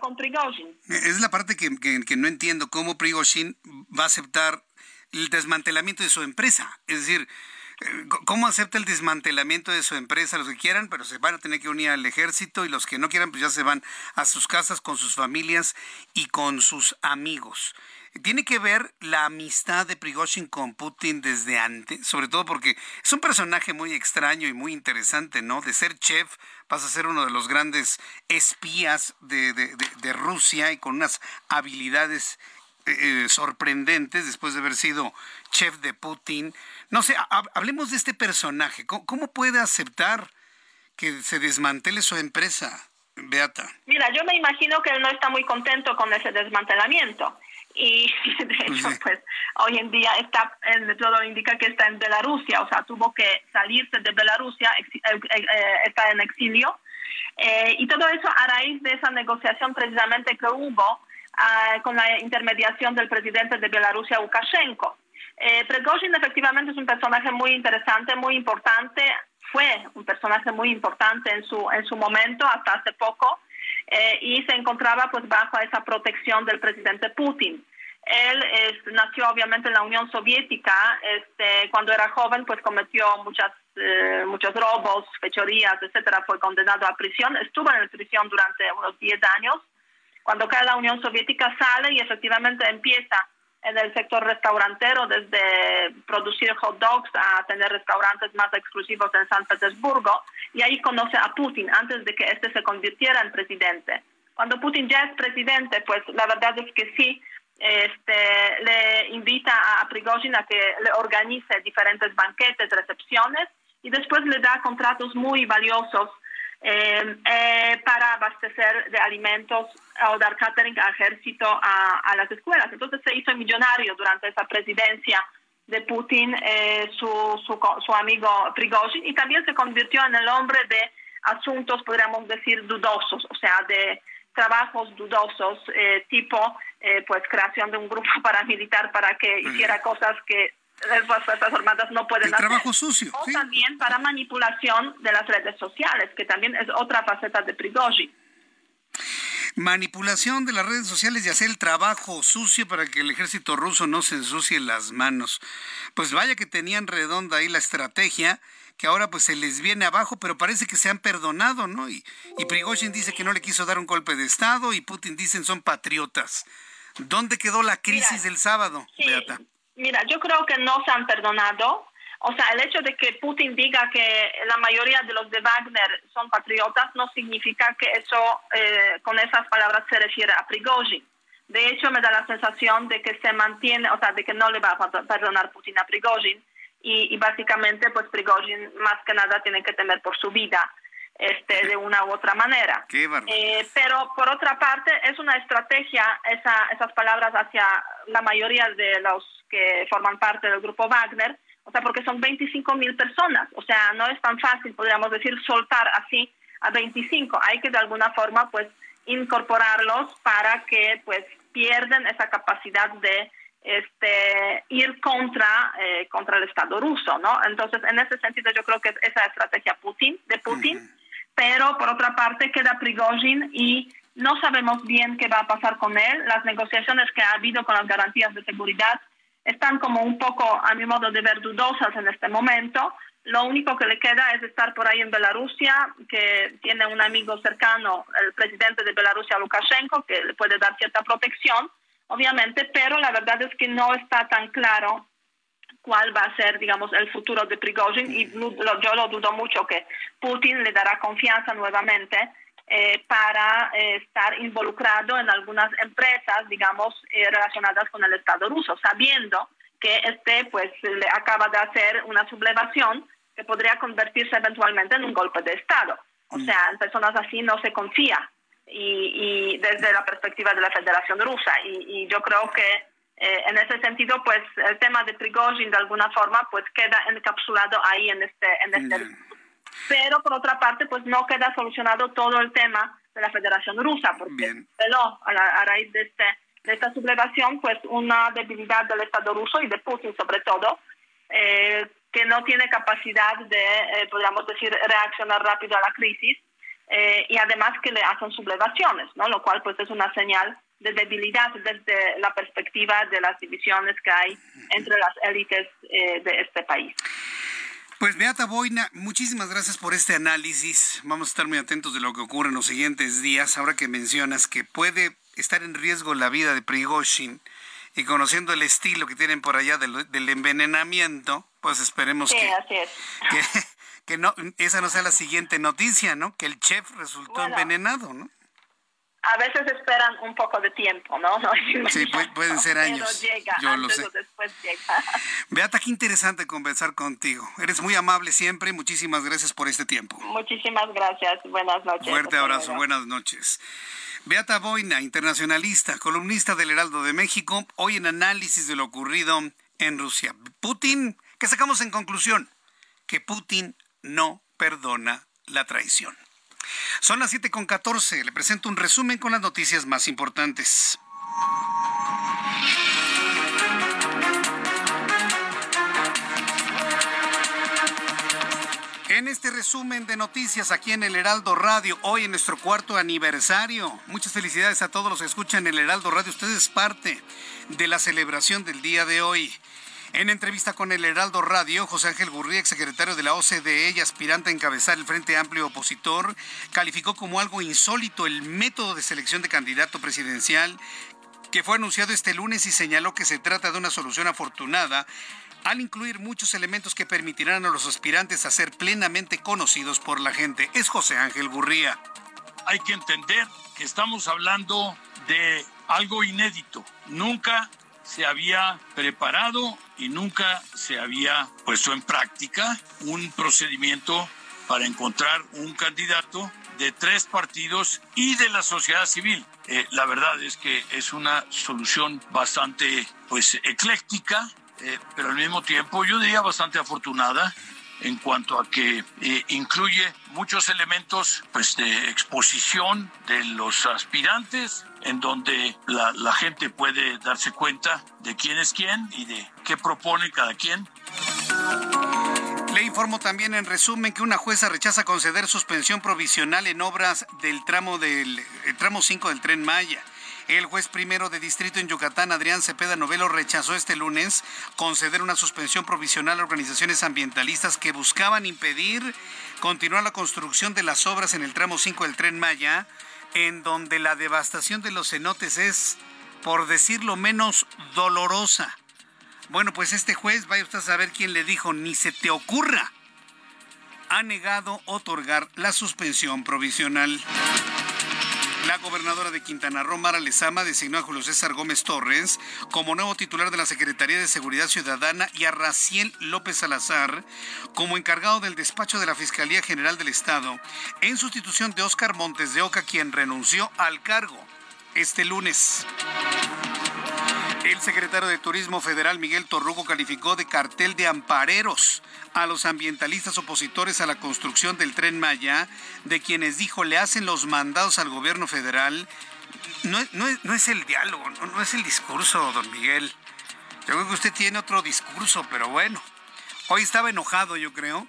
es la parte que no entiendo, cómo Prigozhin va a aceptar el desmantelamiento de su empresa. Es decir, ¿cómo acepta el desmantelamiento de su empresa? Los que quieran, pero se van a tener que unir al ejército, y los que no quieran, pues ya se van a sus casas con sus familias y con sus amigos. ¿Tiene que ver la amistad de Prigozhin con Putin desde antes? Sobre todo porque es un personaje muy extraño y muy interesante, ¿no? De ser chef, vas a ser uno de los grandes espías de Rusia, y con unas habilidades sorprendentes después de haber sido chef de Putin. No sé, hablemos de este personaje. ¿Cómo puede aceptar que se desmantele su empresa? Beata? Mira, yo me imagino que él no está muy contento con ese desmantelamiento. Y de hecho, pues hoy en día todo indica que está en Bielorrusia, o sea, tuvo que salirse de Bielorrusia, está en exilio. Y todo eso a raíz de esa negociación precisamente que hubo con la intermediación del presidente de Bielorrusia, Lukashenko. Prigozhin efectivamente es un personaje muy interesante, muy importante, fue un personaje muy importante en su momento, hasta hace poco, y se encontraba pues bajo esa protección del presidente Putin. Él nació obviamente en la Unión Soviética, cuando era joven pues cometió muchos robos, fechorías, etcétera, fue condenado a prisión, estuvo en prisión durante unos 10 años. Cuando cae la Unión Soviética sale y efectivamente empieza en el sector restaurantero, desde producir hot dogs a tener restaurantes más exclusivos en San Petersburgo, y ahí conoce a Putin antes de que se convirtiera en presidente. Cuando Putin ya es presidente, pues la verdad es que sí, le invita a Prigozhin a que le organice diferentes banquetes, recepciones, y después le da contratos muy valiosos para abastecer de alimentos o dar catering al ejército, a las escuelas. Entonces se hizo millonario durante esa presidencia de Putin, su amigo Prigozhin, y también se convirtió en el hombre de asuntos, podríamos decir, dudosos, o sea, de trabajos dudosos, tipo pues creación de un grupo paramilitar para que hiciera cosas que las Fuerzas Armadas no pueden hacer. Trabajo sucio. O también para manipulación de las redes sociales, que también es otra faceta de Prigozhin. Manipulación de las redes sociales y hacer el trabajo sucio para que el ejército ruso no se ensucie las manos. Pues vaya que tenían redonda ahí la estrategia, que ahora pues se les viene abajo, pero parece que se han perdonado, ¿no? Y Prigozhin dice que no le quiso dar un golpe de Estado y Putin dicen son patriotas. ¿Dónde quedó la crisis del sábado, Beata? Mira, yo creo que no se han perdonado. O sea, el hecho de que Putin diga que la mayoría de los de Wagner son patriotas no significa que eso, con esas palabras, se refiere a Prigozhin. De hecho, me da la sensación de que se mantiene, o sea, de que no le va a perdonar Putin a Prigozhin. Y básicamente, pues Prigozhin más que nada tiene que temer por su vida, de una u otra manera. Pero por otra parte, es una estrategia, esas palabras hacia la mayoría de los que forman parte del grupo Wagner, o sea, porque son 25,000 personas, o sea, no es tan fácil, podríamos decir, soltar así a 25, hay que de alguna forma, pues, incorporarlos para que, pues, pierden esa capacidad de ir contra el Estado ruso, ¿no? Entonces, en ese sentido, yo creo que es esa estrategia de Putin, pero por otra parte queda Prigozhin y no sabemos bien qué va a pasar con él. Las negociaciones que ha habido con las garantías de seguridad están como un poco, a mi modo de ver, dudosas en este momento. Lo único que le queda es estar por ahí en Bielorrusia, que tiene un amigo cercano, el presidente de Bielorrusia, Lukashenko, que le puede dar cierta protección, obviamente, pero la verdad es que no está tan claro cuál va a ser, digamos, el futuro de Prigozhin, y yo lo dudo mucho que Putin le dará confianza nuevamente para estar involucrado en algunas empresas, digamos, relacionadas con el Estado ruso, sabiendo que pues le acaba de hacer una sublevación que podría convertirse eventualmente en un golpe de Estado. O sea, en personas así no se confía, y desde la perspectiva de la Federación Rusa, y yo creo que en ese sentido, pues el tema de Prigozhin de alguna forma pues queda encapsulado ahí en este. Pero por otra parte, pues no queda solucionado todo el tema de la Federación Rusa, porque a raíz de esta sublevación, pues una debilidad del Estado ruso y de Putin sobre todo, que no tiene capacidad de, podríamos decir, reaccionar rápido a la crisis, y además que le hacen sublevaciones, ¿no? Lo cual pues es una señal de debilidad desde la perspectiva de las divisiones que hay entre las élites de este país. Pues Beata Boina, muchísimas gracias por este análisis. Vamos a estar muy atentos de lo que ocurre en los siguientes días. Ahora que mencionas que puede estar en riesgo la vida de Prigozhin y conociendo el estilo que tienen por allá del envenenamiento, pues esperemos que no, esa no sea la siguiente noticia, ¿no? Que el chef resultó envenenado, ¿no? a veces esperan un poco de tiempo, ¿no? Sí, pueden ser años. Pero llega, yo antes lo sé. o después llega. Beata, qué interesante conversar contigo. Eres muy amable siempre. Muchísimas gracias por este tiempo. Muchísimas gracias. Buenas noches. Fuerte abrazo. Buenas noches. Beata Boina, internacionalista, columnista del Heraldo de México, hoy en análisis de lo ocurrido en Rusia. Putin, ¿qué sacamos en conclusión? Que Putin no perdona la traición. Son las 7:14. Le presento un resumen con las noticias más importantes. En este resumen de noticias aquí en el Heraldo Radio, hoy en nuestro 4º aniversario. Muchas felicidades a todos los que escuchan el Heraldo Radio. Ustedes es parte de la celebración del día de hoy. En entrevista con el Heraldo Radio, José Ángel Gurría, exsecretario de la OCDE y aspirante a encabezar el Frente Amplio opositor, calificó como algo insólito el método de selección de candidato presidencial que fue anunciado este lunes y señaló que se trata de una solución afortunada al incluir muchos elementos que permitirán a los aspirantes a ser plenamente conocidos por la gente. Es José Ángel Gurría. Hay que entender que estamos hablando de algo inédito. Nunca se había preparado y nunca se había puesto en práctica un procedimiento para encontrar un candidato de 3 partidos y de la sociedad civil. La verdad es que es una solución bastante ecléctica, pero al mismo tiempo yo diría bastante afortunada en cuanto a que incluye muchos elementos de exposición de los aspirantes, en donde la gente puede darse cuenta de quién es quién y de qué propone cada quien. Le informo también en resumen que una jueza rechaza conceder suspensión provisional en obras del tramo 5 del Tren Maya. El juez primero de distrito en Yucatán, Adrián Cepeda Novelo, rechazó este lunes conceder una suspensión provisional a organizaciones ambientalistas que buscaban impedir continuar la construcción de las obras en el tramo 5 del Tren Maya, en donde la devastación de los cenotes es, por decirlo menos, dolorosa. Bueno, pues este juez, vaya usted a saber quién le dijo, ni se te ocurra, ha negado otorgar la suspensión provisional. La gobernadora de Quintana Roo, Mara Lezama, designó a Julio César Gómez Torres como nuevo titular de la Secretaría de Seguridad Ciudadana y a Raciel López Salazar como encargado del despacho de la Fiscalía General del Estado, en sustitución de Óscar Montes de Oca, quien renunció al cargo este lunes. El secretario de Turismo Federal, Miguel Torruco, calificó de cartel de ampareros a los ambientalistas opositores a la construcción del Tren Maya, de quienes dijo le hacen los mandados al gobierno federal. No es el diálogo, no es el discurso, don Miguel. Yo creo que usted tiene otro discurso, pero bueno. Hoy estaba enojado, yo creo,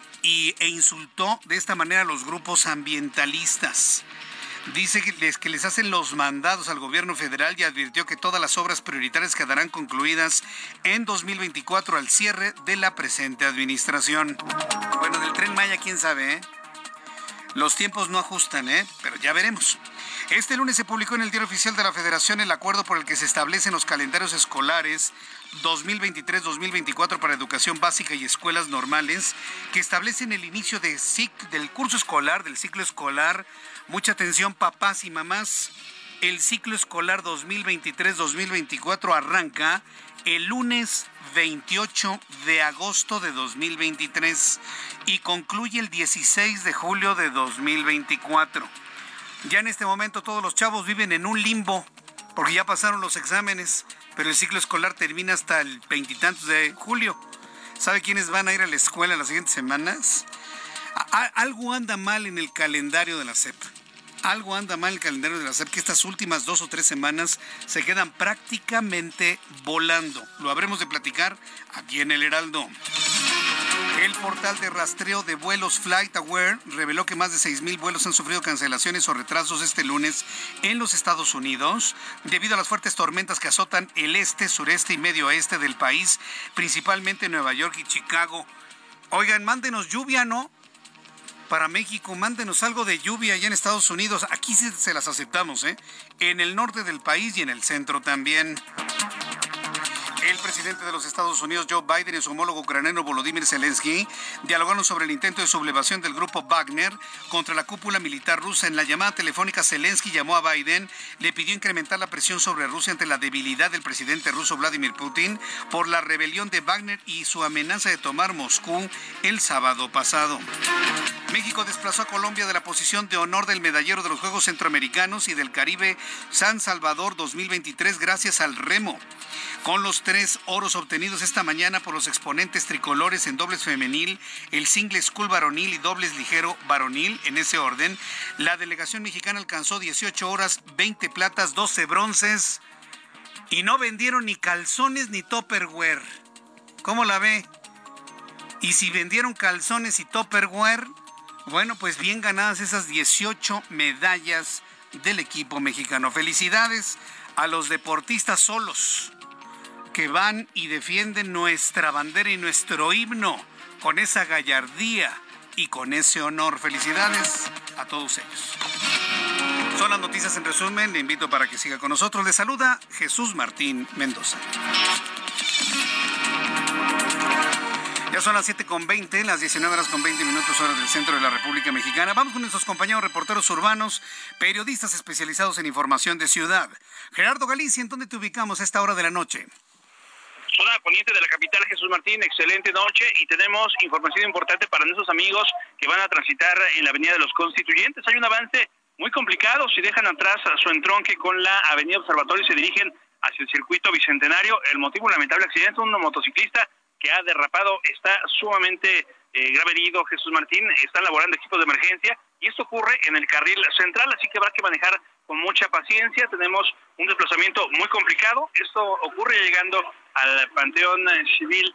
e insultó de esta manera a los grupos ambientalistas. Dice que les hacen los mandados al gobierno federal y advirtió que todas las obras prioritarias quedarán concluidas en 2024 al cierre de la presente administración. Bueno, del Tren Maya, quién sabe, ¿eh? Los tiempos no ajustan, pero ya veremos. Este lunes se publicó en el Diario Oficial de la Federación el acuerdo por el que se establecen los calendarios escolares 2023-2024 para educación básica y escuelas normales, que establecen el inicio del curso escolar, del ciclo escolar. Mucha atención, papás y mamás. El ciclo escolar 2023-2024 arranca el lunes 28 de agosto de 2023 y concluye el 16 de julio de 2024. Ya en este momento todos los chavos viven en un limbo porque ya pasaron los exámenes, pero el ciclo escolar termina hasta el 20 y tantos de julio. ¿Sabe quiénes van a ir a la escuela las siguientes semanas? Algo anda mal en el calendario de la SEP. Algo anda mal en el calendario de la SEP, que estas últimas 2 o 3 semanas se quedan prácticamente volando. Lo habremos de platicar aquí en el Heraldo. El portal de rastreo de vuelos FlightAware reveló que más de 6,000 vuelos han sufrido cancelaciones o retrasos este lunes en los Estados Unidos debido a las fuertes tormentas que azotan el este, sureste y medio oeste del país, principalmente Nueva York y Chicago. Oigan, mándenos lluvia, ¿no? Para México, mándenos algo de lluvia allá en Estados Unidos. Aquí sí se las aceptamos, en el norte del país y en el centro también. El presidente de los Estados Unidos, Joe Biden, y su homólogo ucraniano Volodymyr Zelensky dialogaron sobre el intento de sublevación del grupo Wagner contra la cúpula militar rusa. En la llamada telefónica, Zelensky llamó a Biden, le pidió incrementar la presión sobre Rusia ante la debilidad del presidente ruso Vladimir Putin por la rebelión de Wagner y su amenaza de tomar Moscú el sábado pasado. México desplazó a Colombia de la posición de honor del medallero de los Juegos Centroamericanos y del Caribe San Salvador 2023 gracias al remo. Con los 3 oros obtenidos esta mañana por los exponentes tricolores en dobles femenil, el singles school varonil y dobles ligero varonil, en ese orden, la delegación mexicana alcanzó 18 horas, 20 platas, 12 bronces y no vendieron ni calzones ni tupperware. ¿Cómo la ve? Y si vendieron calzones y tupperware, bueno, pues bien ganadas esas 18 medallas del equipo mexicano. Felicidades a los deportistas solos que van y defienden nuestra bandera y nuestro himno con esa gallardía y con ese honor. Felicidades a todos ellos. Son las noticias en resumen. Le invito para que siga con nosotros. Le saluda Jesús Martín Mendoza. Ya son las 7:20, las 19:20 hora del centro de la República Mexicana. Vamos con nuestros compañeros reporteros urbanos, periodistas especializados en información de ciudad. Gerardo Galicia, ¿en dónde te ubicamos a esta hora de la noche? Zona poniente de la capital, Jesús Martín, excelente noche y tenemos información importante para nuestros amigos que van a transitar en la Avenida de los Constituyentes. Hay un avance muy complicado, si dejan atrás su entronque con la Avenida Observatorio y se dirigen hacia el circuito Bicentenario. El motivo, un lamentable accidente, un motociclista que ha derrapado, está sumamente grave herido, Jesús Martín. Están laborando equipos de emergencia y esto ocurre en el carril central, así que habrá que manejar con mucha paciencia. Tenemos un desplazamiento muy complicado. Esto ocurre llegando al Panteón Civil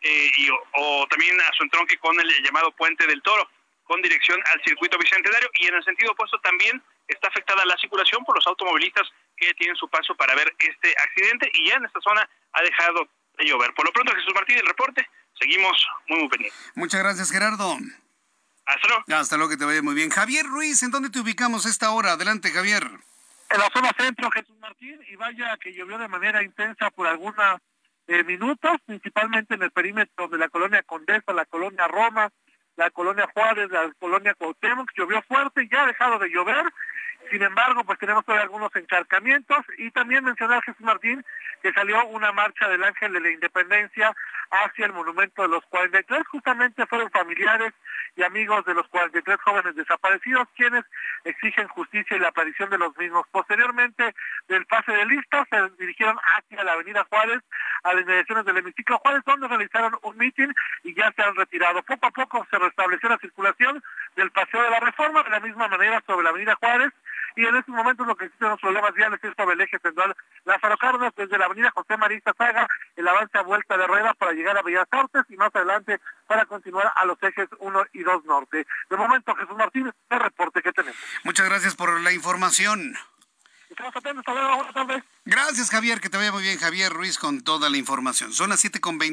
o también a su entronque con el llamado Puente del Toro, con dirección al circuito Bicentenario, y en el sentido opuesto también está afectada la circulación por los automovilistas que tienen su paso para ver este accidente, y ya en esta zona ha dejado de llover. Por lo pronto, Jesús Martín, el reporte, seguimos muy pendientes. Muchas gracias, Gerardo. Hasta luego. Hasta luego, que te vaya muy bien. Javier Ruiz, ¿en dónde te ubicamos a esta hora? Adelante, Javier. En la zona centro, Jesús Martín, y vaya que llovió de manera intensa por algunos minutos, principalmente en el perímetro de la colonia Condesa, la colonia Roma, la colonia Juárez, la colonia Cuauhtémoc. Llovió fuerte, ya ha dejado de llover. Sin embargo, pues tenemos todavía algunos encharcamientos, y también mencionar, Jesús Martín, que salió una marcha del Ángel de la Independencia hacia el monumento de los 43. Justamente fueron familiares y amigos de los 43 jóvenes desaparecidos quienes exigen justicia y la aparición de los mismos. Posteriormente del pase de lista se dirigieron hacia la avenida Juárez, a las inmediaciones del hemiciclo Juárez, donde realizaron un mitin y ya se han retirado. Poco a poco se restableció la circulación del Paseo de la Reforma, de la misma manera sobre la avenida Juárez, y en estos momentos lo que existen los problemas viales es sobre el eje central Lázaro Cárdenas, desde la avenida José María Saga, el avance a vuelta de rueda para llegar a Bellas Artes, y más adelante para continuar a los ejes 1 y 2 norte. De momento, Jesús Martín, el reporte que tenemos. Muchas gracias por la información. Estamos atentos, hasta luego, buenas tardes. Gracias, Javier, que te vaya muy bien. Javier Ruiz con toda la información. Son las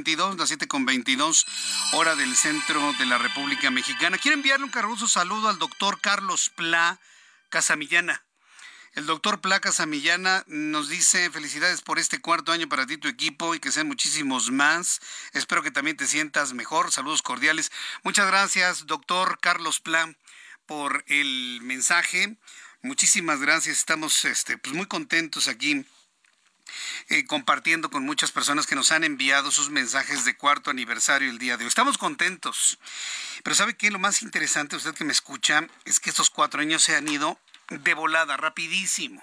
7:22, hora del centro de la República Mexicana. Quiero enviarle un caluroso saludo al doctor Carlos Pla Casamillana. El doctor Pla Casamillana nos dice: felicidades por este 4º año para ti y tu equipo, y que sean muchísimos más. Espero que también te sientas mejor. Saludos cordiales. Muchas gracias, doctor Carlos Pla, por el mensaje. Muchísimas gracias. Estamos pues muy contentos aquí compartiendo con muchas personas que nos han enviado sus mensajes de 4º aniversario el día de hoy. Estamos contentos. Pero ¿sabe qué? Lo más interesante, usted que me escucha, es que estos 4 años se han ido de volada, rapidísimo.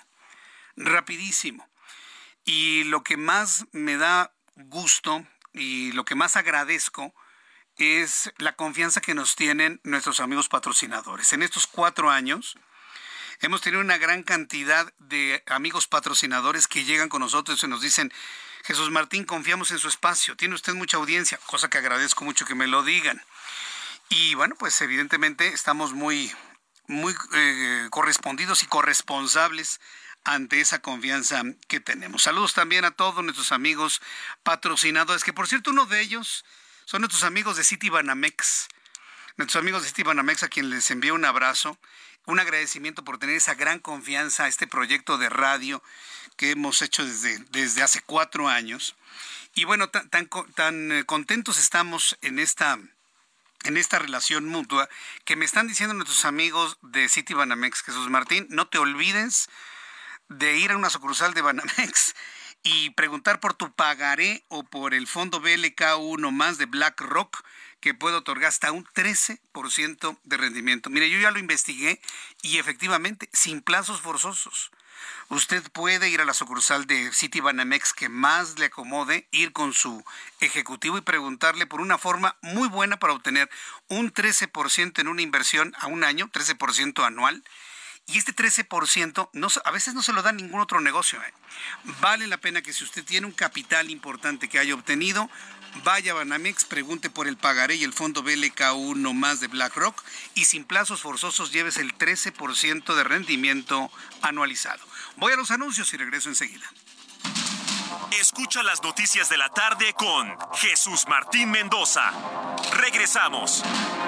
Y lo que más me da gusto y lo que más agradezco es la confianza que nos tienen nuestros amigos patrocinadores. En estos 4 años hemos tenido una gran cantidad de amigos patrocinadores que llegan con nosotros y nos dicen: Jesús Martín, confiamos en su espacio, tiene usted mucha audiencia, cosa que agradezco mucho que me lo digan. Y bueno, pues evidentemente estamos muy correspondidos y corresponsables ante esa confianza que tenemos. Saludos también a todos nuestros amigos patrocinadores, que por cierto uno de ellos son nuestros amigos de Citibanamex. Nuestros amigos de Citibanamex, a quien les envío un abrazo, un agradecimiento por tener esa gran confianza a este proyecto de radio que hemos hecho desde hace 4 años. Y bueno, tan contentos estamos en esta relación mutua, que me están diciendo nuestros amigos de Citibanamex, Jesús Martín, no te olvides de ir a una sucursal de Banamex y preguntar por tu pagaré o por el fondo BLK1 más de BlackRock, que puede otorgar hasta un 13% de rendimiento. Mire, yo ya lo investigué y efectivamente, sin plazos forzosos. Usted puede ir a la sucursal de Citibanamex que más le acomode, ir con su ejecutivo y preguntarle por una forma muy buena para obtener un 13% en una inversión a un año, 13% anual. Y este 13% a veces no se lo da ningún otro negocio. Vale la pena que si usted tiene un capital importante que haya obtenido, vaya a Banamex, pregunte por el pagaré y el fondo BLK1 más de BlackRock y sin plazos forzosos lleves el 13% de rendimiento anualizado. Voy a los anuncios y regreso enseguida. Escucha las noticias de la tarde con Jesús Martín Mendoza. Regresamos.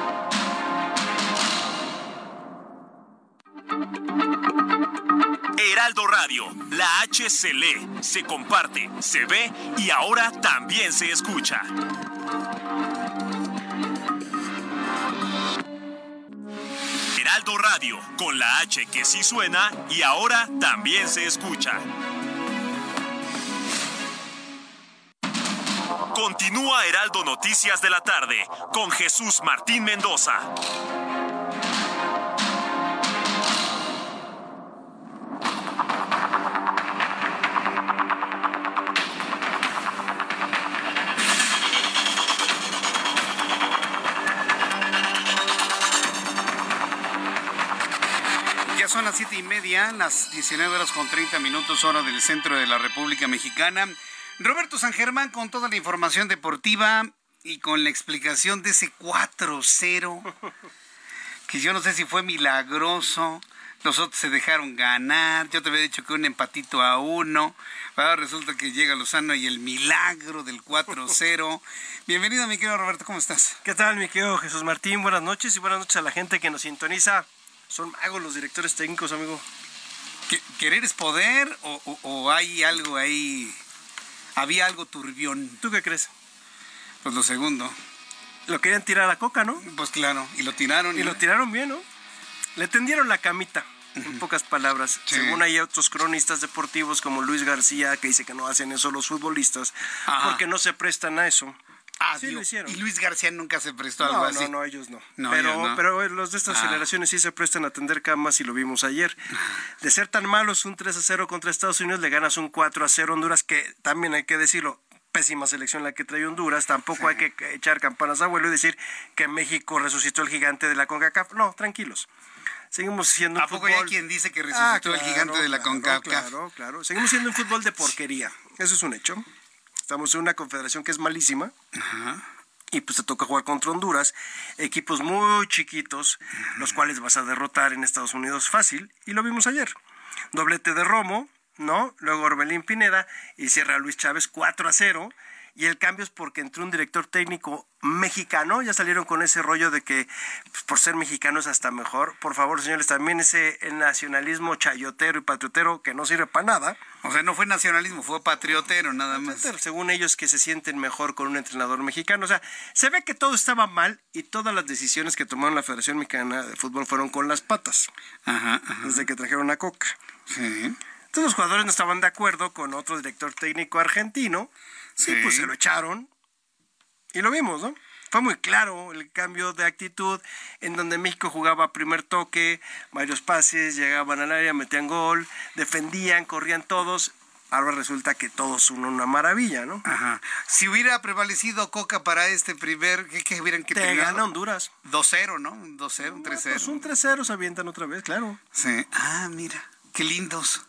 Heraldo Radio, la H se lee, se comparte, se ve y ahora también se escucha. Heraldo Radio, con la H que sí suena y ahora también se escucha. Continúa Heraldo Noticias de la tarde con Jesús Martín Mendoza. Son las 7:30, las 19:30 hora del centro de la República Mexicana. Roberto San Germán con toda la información deportiva y con la explicación de ese 4-0, que yo no sé si fue milagroso, los otros se dejaron ganar, yo te había dicho que un empatito a 1, ahora resulta que llega Lozano y el milagro del 4-0. Bienvenido, mi querido Roberto, ¿cómo estás? ¿Qué tal, mi querido Jesús Martín? Buenas noches y buenas noches a la gente que nos sintoniza. Son magos los directores técnicos, amigo. ¿Querer es poder o hay algo ahí? Había algo turbión. ¿Tú qué crees? Pues lo segundo. Lo querían tirar a la coca, ¿no? Pues claro, y lo tiraron. Y lo tiraron bien, ¿no? Le tendieron la camita, en pocas palabras. Sí. Según hay otros cronistas deportivos como Luis García, que dice que no hacen eso los futbolistas, porque no se prestan a eso. Sí, lo hicieron. Y Luis García nunca se prestó a algo así. No, ellos no. Pero los de estas generaciones sí se prestan a tender camas y lo vimos ayer. De ser tan malos, un 3-0 contra Estados Unidos, le ganas un 4-0 a Honduras, que también hay que decirlo, pésima selección la que trae Honduras. Tampoco hay que echar campanas a vuelo y decir que México resucitó el gigante de la CONCACAF. No, tranquilos. Seguimos siendo un fútbol... ¿A poco hay quien dice que resucitó el gigante de la CONCACAF? Claro. Seguimos siendo un fútbol de porquería. Eso es un hecho. Estamos en una confederación que es malísima. Y pues te toca jugar contra Honduras, equipos muy chiquitos, los cuales vas a derrotar en Estados Unidos fácil, y lo vimos ayer. Doblete de Romo, ¿no? Luego Orbelín Pineda y cierra Luis Chávez 4-0. Y el cambio es porque entró un director técnico mexicano. Ya salieron con ese rollo de que pues, por ser mexicano es hasta mejor. Por favor, señores, también ese nacionalismo chayotero y patriotero que no sirve para nada. O sea, no fue nacionalismo, fue patriotero nada más. Según ellos, que se sienten mejor con un entrenador mexicano. O sea, se ve que todo estaba mal y todas las decisiones que tomaron la Federación Mexicana de Fútbol fueron con las patas. Desde que trajeron a Coca. Sí. Entonces los jugadores no estaban de acuerdo con otro director técnico argentino. Sí, pues se lo echaron y lo vimos, ¿no? Fue muy claro el cambio de actitud en donde México jugaba primer toque, varios pases, llegaban al área, metían gol, defendían, corrían todos. Ahora resulta que todos son una maravilla, ¿no? Si hubiera prevalecido Coca para este primer, ¿qué hubieran que te gana Honduras? 2-0, ¿no? Un 2-0, un 3-0. Pues un 3-0 se avientan otra vez, claro. Sí. Mira, qué lindos.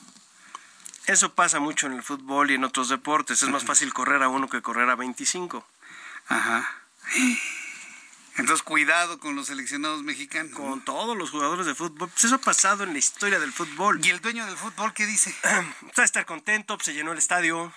Eso pasa mucho en el fútbol y en otros deportes. Es más fácil correr a 1 que correr a 25. Entonces, cuidado con los seleccionados mexicanos. Con todos los jugadores de fútbol. Pues eso ha pasado en la historia del fútbol. ¿Y el dueño del fútbol qué dice? Está a estar contento, se llenó el estadio.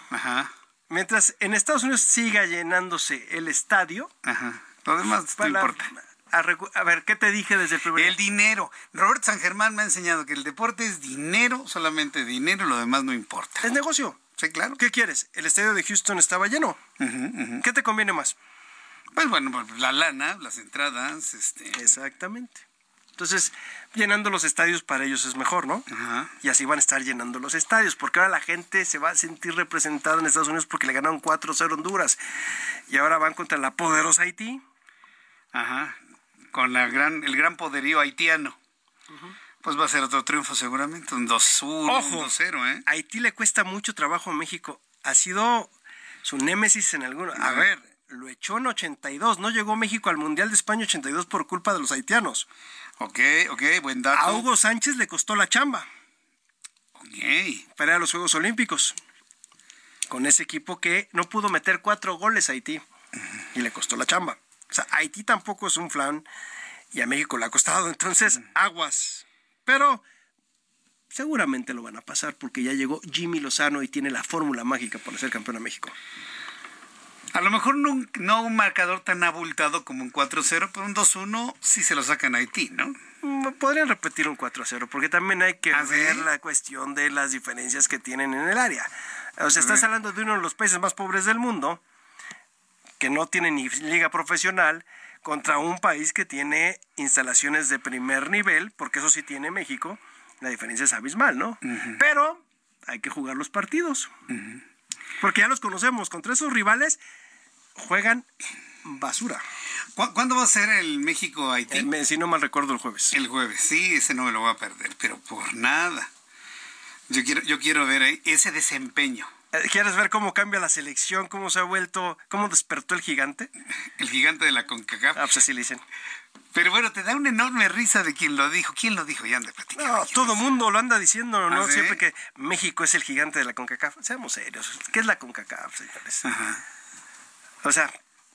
Mientras en Estados Unidos siga llenándose el estadio. Lo demás no importa. a ver, ¿qué te dije desde el primer día? El dinero. Roberto San Germán me ha enseñado que el deporte es dinero, solamente dinero, lo demás no importa. Es negocio. Sí, claro. ¿Qué quieres? El estadio de Houston estaba lleno. ¿Qué te conviene más? Pues bueno, la lana, las entradas, Exactamente. Entonces, llenando los estadios para ellos es mejor, ¿no? Ajá. Y así van a estar llenando los estadios, porque ahora la gente se va a sentir representada en Estados Unidos porque le ganaron 4-0 Honduras. Y ahora van contra la poderosa Haití. Ajá. Con el gran poderío haitiano. Pues va a ser otro triunfo seguramente, un 2-1, Ojo, un 2-0, ¿eh? A Haití le cuesta mucho trabajo a México. Ha sido su némesis en algunos. A ver, lo echó en 82. No llegó México al Mundial de España 82 por culpa de los haitianos. Ok, buen dato. A Hugo Sánchez le costó la chamba. Ok. Para los Juegos Olímpicos. Con ese equipo que no pudo meter 4 goles a Haití. Y le costó la chamba. O sea, Haití tampoco es un flan. Y a México le ha costado. Entonces, aguas. Pero seguramente lo van a pasar porque ya llegó Jimmy Lozano y tiene la fórmula mágica para ser campeón de México. A lo mejor no un marcador tan abultado como un 4-0, pero un 2-1 sí se lo sacan a Haití, ¿no? Podrían repetir un 4-0, porque también hay que ver ¿sí? la cuestión de las diferencias que tienen en el área. O sea, estás hablando de uno de los países más pobres del mundo, que no tiene ni liga profesional, contra un país que tiene instalaciones de primer nivel, porque eso sí tiene México. La diferencia es abismal, ¿no? Pero hay que jugar los partidos. Porque ya los conocemos. Contra esos rivales juegan basura. ¿Cuándo va a ser el México-Haití? Si no mal recuerdo, el jueves. El jueves, sí, ese no me lo voy a perder, pero por nada. Yo quiero ver ahí ese desempeño. ¿Quieres ver cómo cambia la selección? ¿Cómo se ha vuelto? ¿Cómo despertó el gigante? El gigante de la CONCACAF. Pues así le dicen. Pero bueno, te da una enorme risa de quien lo dijo. ¿Quién lo dijo? Ya ande platicando. No, todo mundo lo anda diciendo, ¿no? ¿Sí? Siempre que México es el gigante de la CONCACAF. Seamos serios. ¿Qué es la CONCACAF, señores? Ajá. O sea...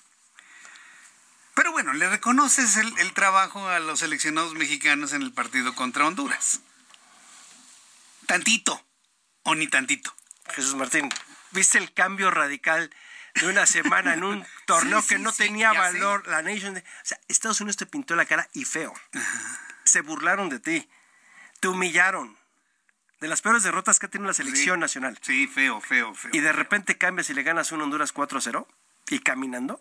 Pero bueno, le reconoces el trabajo a los seleccionados mexicanos en el partido contra Honduras. ¿Tantito o ni tantito? Jesús Martín, ¿viste el cambio radical de una semana en un torneo que no tenía valor? La Nation, o sea, Estados Unidos te pintó la cara y feo. Se burlaron de ti, te humillaron. De las peores derrotas que ha tenido la selección nacional. Sí, feo. Y de repente cambias y le ganas a un Honduras 4-0 y caminando.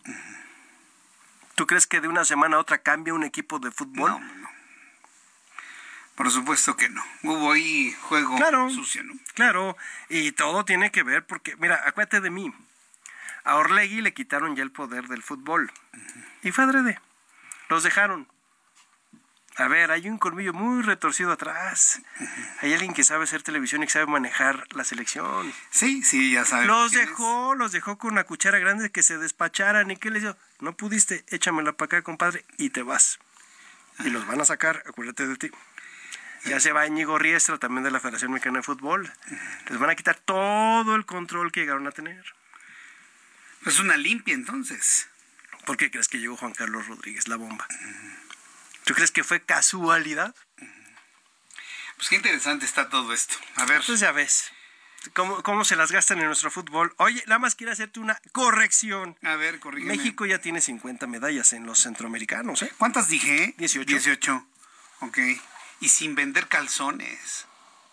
¿Tú crees que de una semana a otra cambia un equipo de fútbol? No. Por supuesto que no. Hubo ahí juego sucio, ¿no? Claro, y todo tiene que ver porque, mira, acuérdate de mí. A Orlegui le quitaron ya el poder del fútbol. Y fue adrede. Los dejaron. A ver, hay un colmillo muy retorcido atrás. Hay alguien que sabe hacer televisión y que sabe manejar la selección. Sí, ya sabe. Los dejó con una cuchara grande que se despacharan. ¿Y qué les dijo? No pudiste, échamela para acá, compadre, y te vas. Y los van a sacar, acuérdate de ti. Ya se va Íñigo Riestra, también de la Federación Mexicana de Fútbol. Les van a quitar todo el control que llegaron a tener. Es una limpia, entonces. ¿Por qué crees que llegó Juan Carlos Rodríguez, la bomba? ¿Tú crees que fue casualidad? Pues qué interesante está todo esto. A ver. Pues ya ves cómo se las gastan en nuestro fútbol. Oye, nada más quiero hacerte una corrección. A ver, corrígeme. México ya tiene 50 medallas en los centroamericanos, ¿eh? ¿Cuántas dije? 18. Ok. Y sin vender calzones.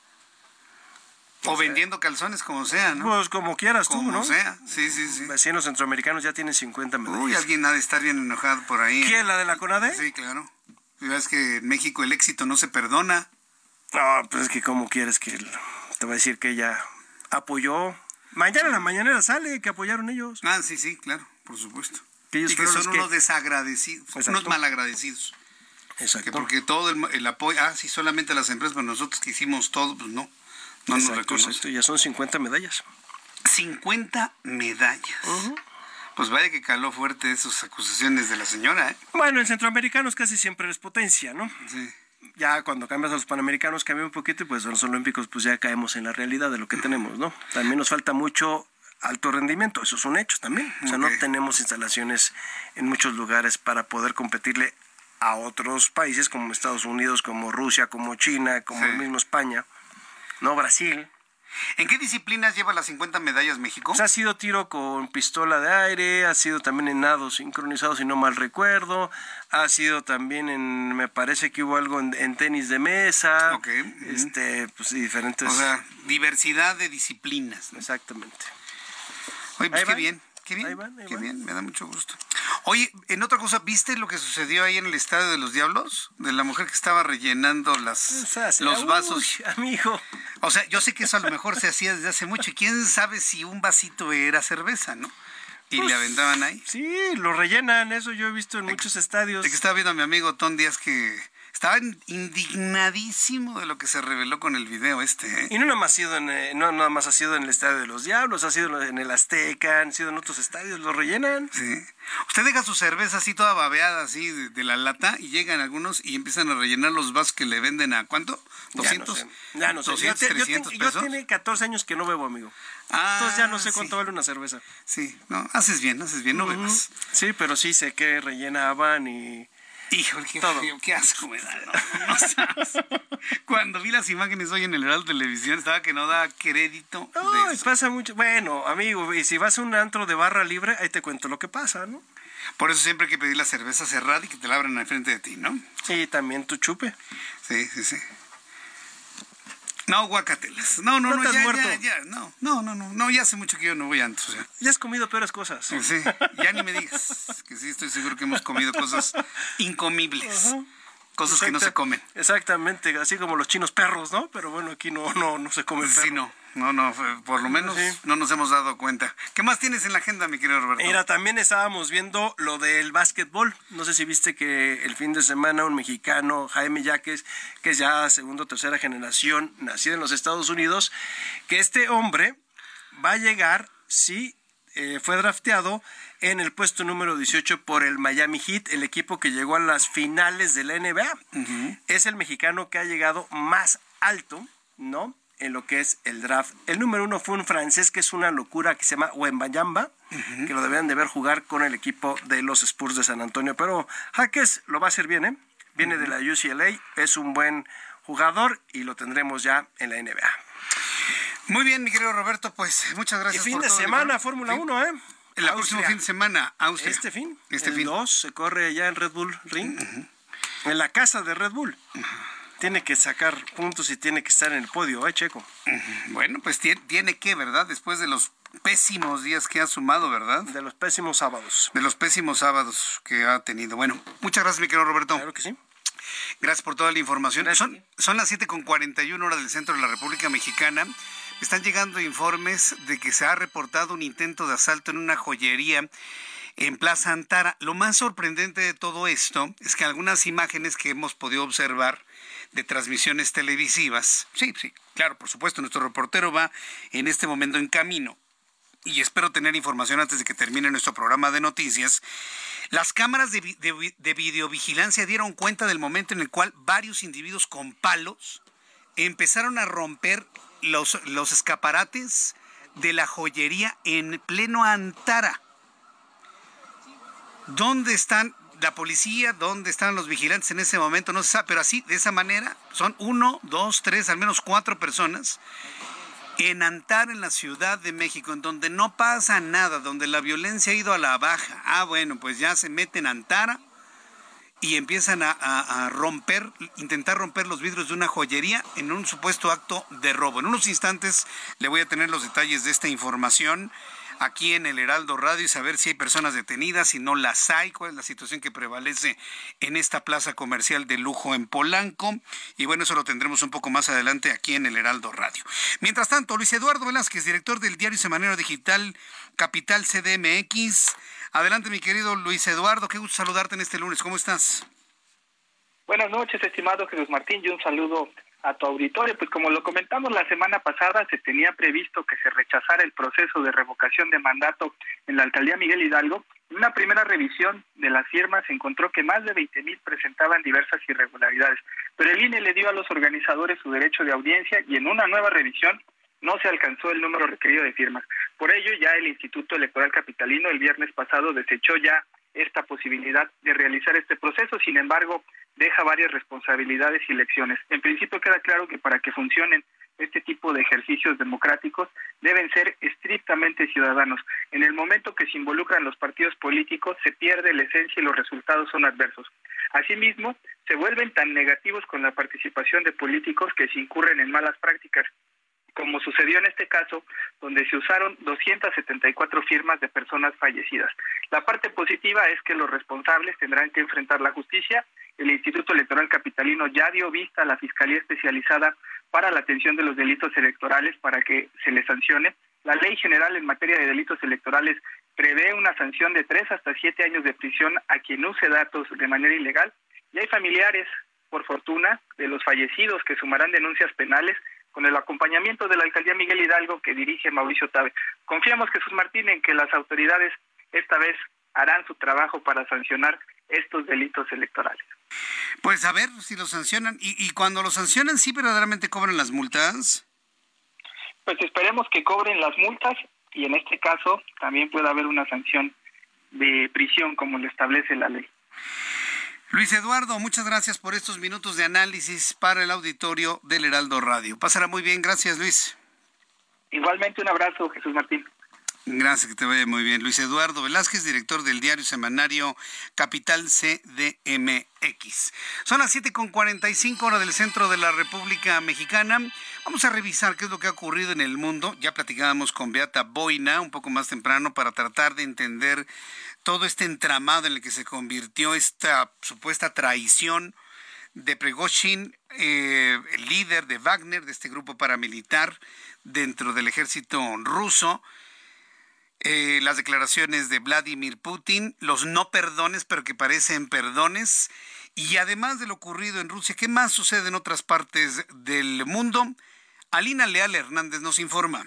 O vendiendo calzones, como sea, ¿no? Pues como quieras tú, ¿no? Como sea, sí. Así en los centroamericanos ya tienen 50 medallas. Uy, alguien ha de estar bien enojado por ahí. ¿Quién, la de la CONADE? Sí, claro. ¿Ves que en México el éxito no se perdona? No, pues es que ¿cómo quieres que te va a decir que ella apoyó? Mañana en la mañanera sale que apoyaron ellos. Ah, sí, claro, por supuesto. Que ellos y que son unos desagradecidos, unos malagradecidos. Exacto. Que porque todo el apoyo, sí, solamente las empresas, pero nosotros que hicimos todo, pues no nos reconocen. Exacto, ya son 50 medallas. 50 medallas. Pues vaya que caló fuerte esas acusaciones de la señora, ¿eh? Bueno, en centroamericanos casi siempre es potencia, ¿no? Sí. Ya cuando cambias a los panamericanos cambia un poquito y pues en los olímpicos pues ya caemos en la realidad de lo que tenemos, ¿no? También nos falta mucho alto rendimiento, eso es un hecho también. O sea, no tenemos instalaciones en muchos lugares para poder competirle a otros países como Estados Unidos, como Rusia, como China, como el mismo España, ¿no? Brasil. ¿En qué disciplinas lleva las 50 medallas México? Pues ha sido tiro con pistola de aire, ha sido también en nado sincronizado, si no mal recuerdo, ha sido también me parece que hubo algo en tenis de mesa, pues diferentes... O sea, diversidad de disciplinas, ¿no? Exactamente. Oye, pues qué bien. Qué bien, me da mucho gusto. Oye, en otra cosa, ¿viste lo que sucedió ahí en el Estadio de los Diablos? De la mujer que estaba rellenando los vasos. Uy, amigo. O sea, yo sé que eso a lo mejor se hacía desde hace mucho. Y quién sabe si un vasito era cerveza, ¿no? Y pues, le aventaban ahí. Sí, lo rellenan, eso yo he visto en muchos estadios. Es que estaba viendo a mi amigo Tom Díaz que... Estaba indignadísimo de lo que se reveló con el video Y no nada más ha sido en el Estadio de los Diablos, ha sido en el Azteca, han sido en otros estadios, lo rellenan. Sí. Usted deja su cerveza así toda babeada, así de la lata, y llegan algunos y empiezan a rellenar los vasos que le venden a ¿cuánto? ¿200? Ya no sé. 200, 300 pesos. Yo tiene 14 años que no bebo, amigo. Entonces ya no sé cuánto vale una cerveza. Sí, no, haces bien, no bebas. Sí, pero sí sé que rellenaban y... Híjole, qué asco me da. ¿No? Cuando vi las imágenes hoy en el Heraldo Televisión, estaba que no da crédito. No, pasa mucho. Bueno, amigo, y si vas a un antro de barra libre, ahí te cuento lo que pasa, ¿no? Por eso siempre hay que pedir la cerveza cerrada y que te la abran al frente de ti, ¿no? Sí, también tu chupe. Sí. No, guacatelas. No, estás muerto. No, ya hace mucho que yo no voy antes. O sea. Ya has comido peores cosas. Sí, ya ni me digas. Que sí, estoy seguro que hemos comido cosas incomibles. Cosas que no se comen. Exactamente, así como los chinos perros, ¿no? Pero bueno, aquí no se comen perros. Sí, no, por lo menos no nos hemos dado cuenta. ¿Qué más tienes en la agenda, mi querido Roberto? Mira, también estábamos viendo lo del básquetbol. No sé si viste que el fin de semana un mexicano, Jaime Yaques, que es ya segunda o tercera generación, nacido en los Estados Unidos, que este hombre va a llegar, fue drafteado en el puesto número 18 por el Miami Heat, el equipo que llegó a las finales de la NBA. Es el mexicano que ha llegado más alto, ¿no?, en lo que es el draft. El número 1 fue un francés que es una locura, que se llama Wembanyama, que lo deberían de ver jugar con el equipo de los Spurs de San Antonio. Pero Jaques lo va a hacer bien, ¿eh? Viene de la UCLA, es un buen jugador y lo tendremos ya en la NBA. Muy bien, mi querido Roberto, pues muchas gracias. Y fin de semana, Fórmula 1, ¿eh? El próximo fin de semana, Austria. Este fin. El 2 se corre allá en Red Bull Ring, en la casa de Red Bull. Tiene que sacar puntos y tiene que estar en el podio, Checo. Bueno, pues tiene que, ¿verdad? Después de los pésimos días que ha sumado, ¿verdad? De los pésimos sábados. De los pésimos sábados que ha tenido. Bueno, muchas gracias, mi querido Roberto. Claro que sí. Gracias por toda la información. Son las 7:41 horas del centro de la República Mexicana. Están llegando informes de que se ha reportado un intento de asalto en una joyería en Plaza Antara. Lo más sorprendente de todo esto es que algunas imágenes que hemos podido observar de transmisiones televisivas, sí, claro, por supuesto, nuestro reportero va en este momento en camino y espero tener información antes de que termine nuestro programa de noticias. Las cámaras de videovigilancia dieron cuenta del momento en el cual varios individuos con palos empezaron a romper los escaparates de la joyería en pleno Antara. ¿Dónde están la policía? ¿Dónde están los vigilantes en ese momento? No se sabe, pero así, de esa manera, son 1, 2, 3, al menos 4 personas en Antara, en la Ciudad de México, en donde no pasa nada, donde la violencia ha ido a la baja. Bueno, pues ya se meten a Antara y empiezan a intentar romper los vidrios de una joyería en un supuesto acto de robo. En unos instantes le voy a tener los detalles de esta información aquí en el Heraldo Radio y saber si hay personas detenidas, si no las hay, cuál es la situación que prevalece en esta plaza comercial de lujo en Polanco. Y bueno, eso lo tendremos un poco más adelante aquí en el Heraldo Radio. Mientras tanto, Luis Eduardo Velázquez, director del diario semanero digital Capital CDMX. Adelante, mi querido Luis Eduardo, qué gusto saludarte en este lunes. ¿Cómo estás? Buenas noches, estimado Jesús Martín, y un saludo a tu auditorio. Pues como lo comentamos la semana pasada, se tenía previsto que se rechazara el proceso de revocación de mandato en la alcaldía Miguel Hidalgo. En una primera revisión de las firmas se encontró que más de 20,000 presentaban diversas irregularidades, pero el INE le dio a los organizadores su derecho de audiencia y en una nueva revisión no se alcanzó el número requerido de firmas. Por ello, ya el Instituto Electoral Capitalino el viernes pasado desechó ya esta posibilidad de realizar este proceso. Sin embargo, deja varias responsabilidades y lecciones. En principio queda claro que para que funcionen este tipo de ejercicios democráticos deben ser estrictamente ciudadanos. En el momento que se involucran los partidos políticos, se pierde la esencia y los resultados son adversos. Asimismo, se vuelven tan negativos con la participación de políticos que se incurren en malas prácticas, como sucedió en este caso, donde se usaron 274 firmas de personas fallecidas. La parte positiva es que los responsables tendrán que enfrentar la justicia. El Instituto Electoral Capitalino ya dio vista a la Fiscalía Especializada para la Atención de los Delitos Electorales para que se les sancione. La Ley General en materia de delitos electorales prevé una sanción de 3 hasta 7 años de prisión a quien use datos de manera ilegal. Y hay familiares, por fortuna, de los fallecidos que sumarán denuncias penales con el acompañamiento de la Alcaldía Miguel Hidalgo que dirige Mauricio Tabe. Confiamos, Jesús Martín, en que las autoridades esta vez harán su trabajo para sancionar estos delitos electorales. Pues a ver si lo sancionan. ¿Y cuando lo sancionan, sí verdaderamente cobran las multas? Pues esperemos que cobren las multas y en este caso también pueda haber una sanción de prisión como lo establece la ley. Luis Eduardo, muchas gracias por estos minutos de análisis para el auditorio del Heraldo Radio. Pásala muy bien, gracias Luis. Igualmente un abrazo, Jesús Martín. Gracias, que te vaya muy bien. Luis Eduardo Velázquez, director del diario semanario Capital CDMX. Son las 7:45 hora del centro de la República Mexicana. Vamos a revisar qué es lo que ha ocurrido en el mundo. Ya platicábamos con Beata Boina un poco más temprano para tratar de entender todo este entramado en el que se convirtió esta supuesta traición de Prigozhin, el líder de Wagner, de este grupo paramilitar dentro del ejército ruso. Las declaraciones de Vladimir Putin, los no perdones, pero que parecen perdones, y además de lo ocurrido en Rusia, ¿qué más sucede en otras partes del mundo? Alina Leal Hernández nos informa.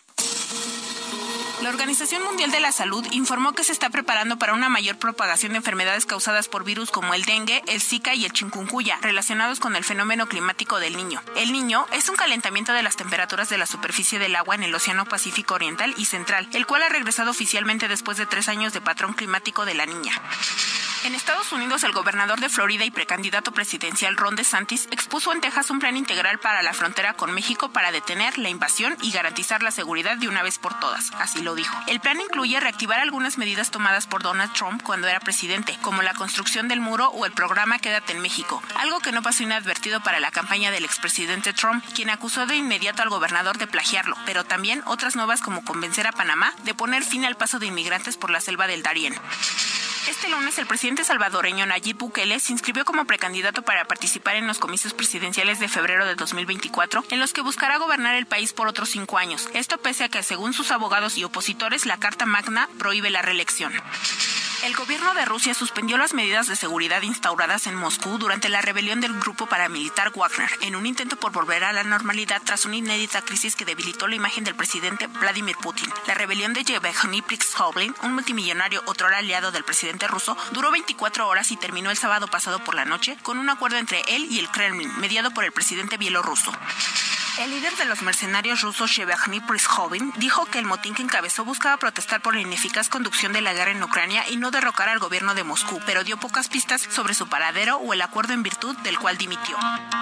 La Organización Mundial de la Salud informó que se está preparando para una mayor propagación de enfermedades causadas por virus como el dengue, el Zika y el chikungunya, relacionados con el fenómeno climático del Niño. El Niño es un calentamiento de las temperaturas de la superficie del agua en el Océano Pacífico Oriental y Central, el cual ha regresado oficialmente después de 3 años de patrón climático de la Niña. En Estados Unidos, el gobernador de Florida y precandidato presidencial Ron DeSantis expuso en Texas un plan integral para la frontera con México para detener la invasión y garantizar la seguridad de una vez por todas, así lo dijo. El plan incluye reactivar algunas medidas tomadas por Donald Trump cuando era presidente, como la construcción del muro o el programa Quédate en México, algo que no pasó inadvertido para la campaña del expresidente Trump, quien acusó de inmediato al gobernador de plagiarlo, pero también otras nuevas como convencer a Panamá de poner fin al paso de inmigrantes por la selva del Darién. Este lunes, el presidente salvadoreño Nayib Bukele se inscribió como precandidato para participar en los comicios presidenciales de febrero de 2024, en los que buscará gobernar el país por otros 5 años. Esto pese a que, según sus abogados y opositores, la Carta Magna prohíbe la reelección. El gobierno de Rusia suspendió las medidas de seguridad instauradas en Moscú durante la rebelión del grupo paramilitar Wagner, en un intento por volver a la normalidad tras una inédita crisis que debilitó la imagen del presidente Vladimir Putin. La rebelión de Yevgeny Prigozhin, un multimillonario otrora aliado del presidente ruso, duró 24 horas y terminó el sábado pasado por la noche con un acuerdo entre él y el Kremlin, mediado por el presidente bielorruso. El líder de los mercenarios rusos, Yevgeny Prigozhin, dijo que el motín que encabezó buscaba protestar por la ineficaz conducción de la guerra en Ucrania y no derrocar al gobierno de Moscú, pero dio pocas pistas sobre su paradero o el acuerdo en virtud del cual dimitió.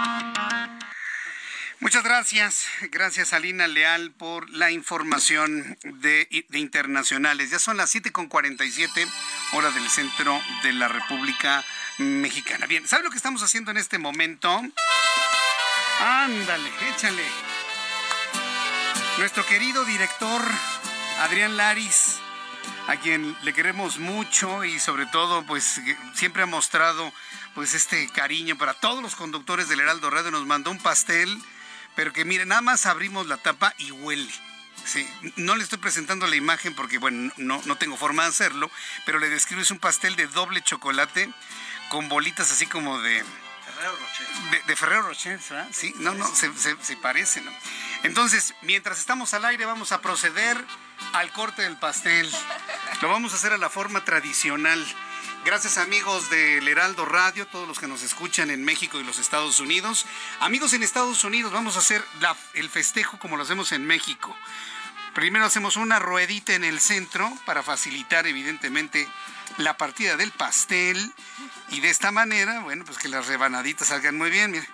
Muchas gracias. Gracias, Alina Leal, por la información de internacionales. Ya son las 7:47, hora del centro de la República Mexicana. Bien, ¿sabe lo que estamos haciendo en este momento? Ándale, échale. Nuestro querido director Adrián Laris, a quien le queremos mucho y sobre todo pues siempre ha mostrado pues este cariño para todos los conductores del Heraldo Radio, nos mandó un pastel, pero que miren, nada más abrimos la tapa y huele. Sí, no le estoy presentando la imagen porque bueno, no tengo forma de hacerlo, pero le describo, es un pastel de doble chocolate con bolitas así como de Ferrero Rocher, ¿verdad? Sí, se parece, ¿no? Entonces, mientras estamos al aire, vamos a proceder al corte del pastel. Lo vamos a hacer a la forma tradicional. Gracias, amigos del Heraldo Radio, todos los que nos escuchan en México y los Estados Unidos. Amigos en Estados Unidos, vamos a hacer el festejo como lo hacemos en México. Primero hacemos una ruedita en el centro para facilitar, evidentemente, la partida del pastel. Y de esta manera, bueno, pues que las rebanaditas salgan muy bien. Mira,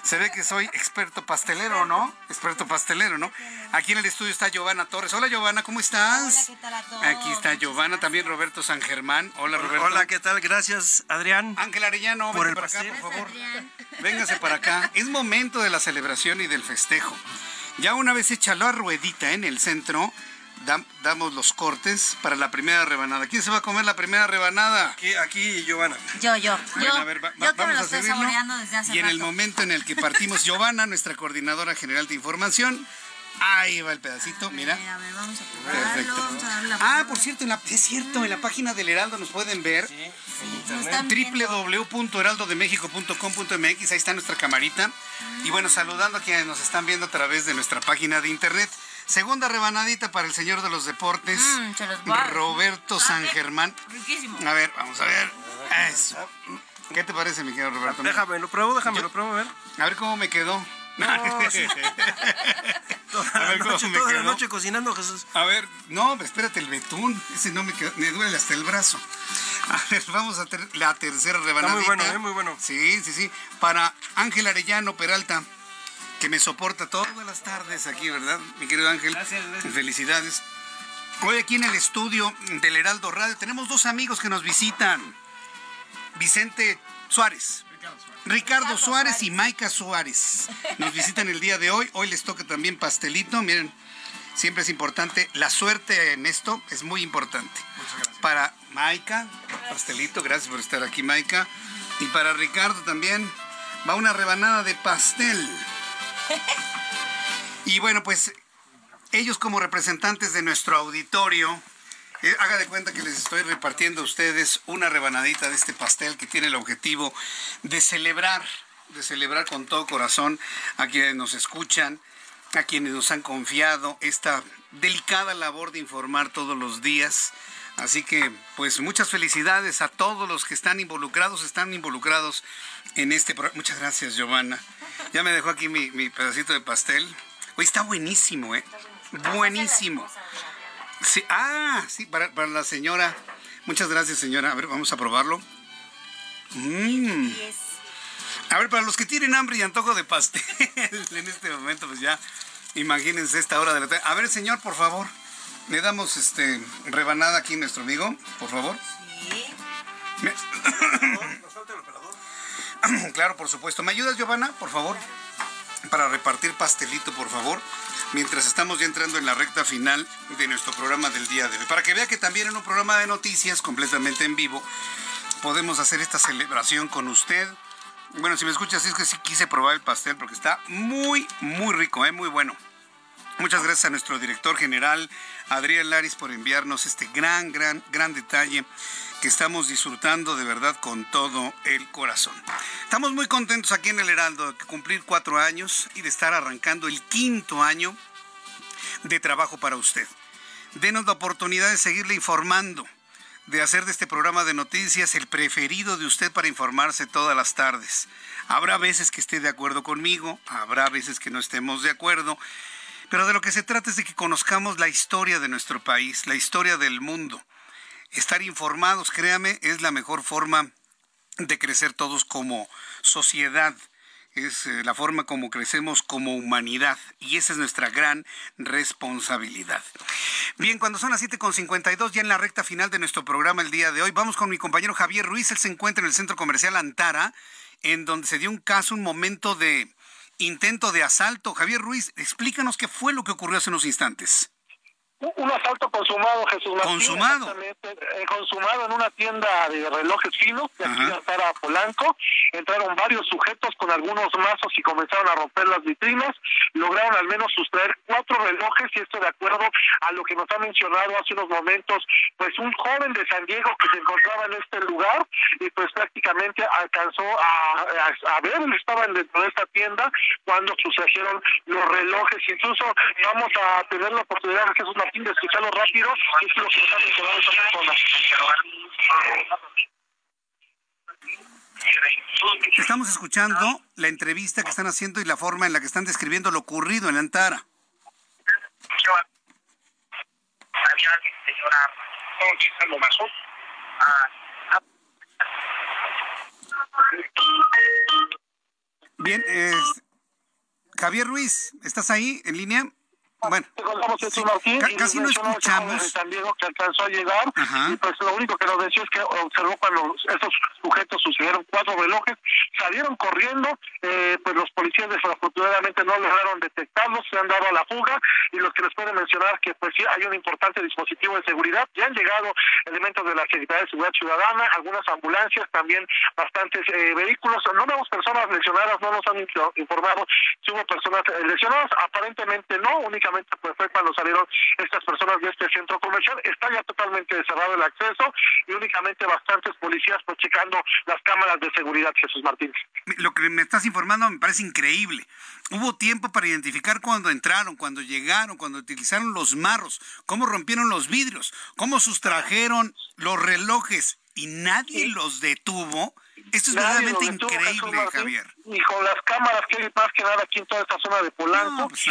Se ve que soy experto pastelero, ¿no? Aquí en el estudio está Giovanna Torres. Hola, Giovanna, ¿cómo estás? Hola, ¿qué tal a todos? Aquí está Giovanna, también Roberto San Germán. Hola, Roberto. Hola, ¿qué tal? Gracias, Adrián. Ángel Arellano, por vente el para acá, pastel. por favor. Véngase para acá. Es momento de la celebración y del festejo. Ya una vez hecha la ruedita en el centro, damos los cortes para la primera rebanada. ¿Quién se va a comer la primera rebanada? Aquí Giovanna. Yo. Bueno, a ver, Yo que me vamos lo a estoy servirlo. saboreando desde hace Y en el rato. momento en el que partimos, Giovanna, nuestra coordinadora general de información, ahí va el pedacito, mira. A ver, vamos a probarlo. Perfecto. Vamos a darle la Por cierto, en la página del Heraldo nos pueden ver. nos están viendo. www.heraldodemexico.com.mx, ahí está nuestra camarita. Y bueno, saludando a quienes nos están viendo a través de nuestra página de internet. Segunda rebanadita para el señor de los deportes, se los va. Roberto San Germán. Riquísimo. A ver, vamos a ver. Eso. ¿Qué te parece, mi querido Roberto? Déjame, lo pruebo, a ver. A ver cómo me quedó. Sí. Toda la noche cocinando, Jesús. A ver, no, espérate, el betún. Ese no me quedó, me duele hasta el brazo. A ver, vamos a tener la tercera rebanadita. Está muy bueno, muy bueno. Sí. Para Ángel Arellano Peralta, que me soporta todas las tardes aquí, ¿verdad, mi querido Ángel? Gracias. Felicidades. Hoy aquí en el estudio del Heraldo Radio tenemos dos amigos que nos visitan. Vicente Suárez. Ricardo Suárez y Maika Suárez nos visitan el día de hoy. Hoy les toca también pastelito. Miren, siempre es importante. La suerte en esto es muy importante. Muchas gracias. Para Maika, pastelito. Gracias por estar aquí, Maika. Y para Ricardo también va una rebanada de pastel. Y bueno, pues ellos como representantes de nuestro auditorio, haga de cuenta que les estoy repartiendo a ustedes una rebanadita de este pastel que tiene el objetivo de celebrar con todo corazón a quienes nos escuchan, a quienes nos han confiado esta delicada labor de informar todos los días. Así que, pues, muchas felicidades a todos los que están involucrados en este programa. Muchas gracias, Giovanna. Ya me dejó aquí mi pedacito de pastel. Hoy está buenísimo, buenísimo. Sí, sí, para la señora. Muchas gracias, señora. A ver, vamos a probarlo. A ver, para los que tienen hambre y antojo de pastel en este momento, pues ya imagínense esta hora de la tarde. A ver, señor, por favor, le damos rebanada aquí a nuestro amigo, por favor. Sí. Nos falta el operador. Claro, por supuesto. ¿Me ayudas, Giovanna, por favor? Para repartir pastelito, por favor, mientras estamos ya entrando en la recta final de nuestro programa del día de hoy. Para que vea que también en un programa de noticias completamente en vivo podemos hacer esta celebración con usted. Bueno, si me escuchas, es que sí quise probar el pastel porque está muy, muy rico, muy bueno. Muchas gracias a nuestro director general, Adrián Laris, por enviarnos este gran detalle que estamos disfrutando de verdad con todo el corazón. Estamos muy contentos aquí en el Heraldo de cumplir 4 años y de estar arrancando el 5º año de trabajo para usted. Denos la oportunidad de seguirle informando, de hacer de este programa de noticias el preferido de usted para informarse todas las tardes. Habrá veces que esté de acuerdo conmigo, habrá veces que no estemos de acuerdo, pero de lo que se trata es de que conozcamos la historia de nuestro país, la historia del mundo. Estar informados, créame, es la mejor forma de crecer todos como sociedad. Es la forma como crecemos como humanidad y esa es nuestra gran responsabilidad. Bien, cuando son las 7:52, ya en la recta final de nuestro programa el día de hoy, vamos con mi compañero Javier Ruiz. Él se encuentra en el Centro Comercial Antara, en donde se dio un momento de intento de asalto. Javier Ruiz, explícanos qué fue lo que ocurrió hace unos instantes. Un asalto consumado, Jesús Martín. ¿Consumado? Consumado en una tienda de relojes finos de aquí de Antara, Polanco. Entraron varios sujetos con algunos mazos y comenzaron a romper las vitrinas. Lograron al menos sustraer 4 relojes y esto de acuerdo a lo que nos ha mencionado hace unos momentos, pues un joven de San Diego que se encontraba en este lugar y pues prácticamente alcanzó a ver, él estaba dentro de esta tienda cuando sustrajeron los relojes. Incluso vamos a tener la oportunidad, Jesús Martín, de escucharlo rápido. Es lo que nos ha mencionado esta persona. Estamos escuchando la entrevista que están haciendo y la forma en la que están describiendo lo ocurrido en Antara. Había alguien, señora, utilizando mazos. Bien, Javier Ruiz, ¿estás ahí en línea? Bueno, sí, Martín, casi no escuchamos. De San Diego que alcanzó a llegar. Ajá. Y pues lo único que nos decía es que observó cuando estos sujetos sucedieron 4 relojes, salieron corriendo, pues los policías desafortunadamente no lograron detectarlos, se han dado a la fuga, y los que les pueden mencionar que pues sí hay un importante dispositivo de seguridad, ya han llegado elementos de la Secretaría de Seguridad Ciudadana, algunas ambulancias, también bastantes vehículos. No vemos personas lesionadas, no nos han informado si hubo personas lesionadas, aparentemente no, únicamente pues fue cuando salieron estas personas de este centro comercial. Está ya totalmente cerrado el acceso y únicamente bastantes policías pues checando las cámaras de seguridad, Jesús Martínez. Lo que me estás informando me parece increíble. Hubo tiempo para identificar cuando entraron, cuando llegaron, cuando utilizaron los marros, cómo rompieron los vidrios, cómo sustrajeron los relojes y nadie los detuvo. Esto es verdaderamente increíble, Javier. Y con las cámaras que hay más que nada aquí en toda esta zona de Polanco, pues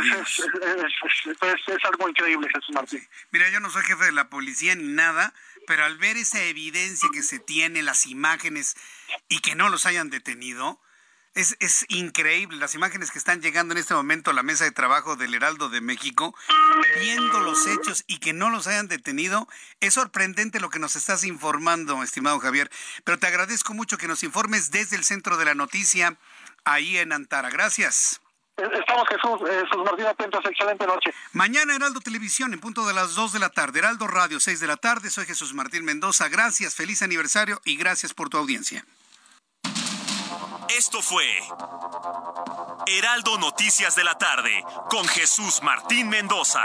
es algo increíble, Jesús Martín. Sí. Mira, yo no soy jefe de la policía ni nada, pero al ver esa evidencia que se tiene, las imágenes, y que no los hayan detenido, es increíble. Las imágenes que están llegando en este momento a la mesa de trabajo del Heraldo de México, viendo los hechos y que no los hayan detenido, es sorprendente lo que nos estás informando, estimado Javier. Pero te agradezco mucho que nos informes desde el centro de la noticia, ahí en Antara. Gracias. Estamos, Jesús Martín, atentos. Excelente noche. Mañana Heraldo Televisión en punto de las 2 de la tarde. Heraldo Radio, 6 de la tarde. Soy Jesús Martín Mendoza. Gracias, feliz aniversario y gracias por tu audiencia. Esto fue Heraldo Noticias de la tarde con Jesús Martín Mendoza.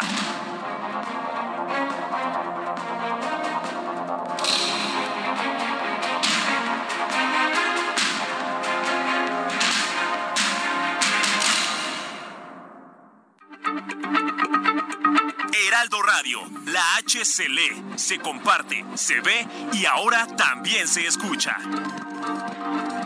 Heraldo Radio, la H se lee, se comparte, se ve y ahora también se escucha.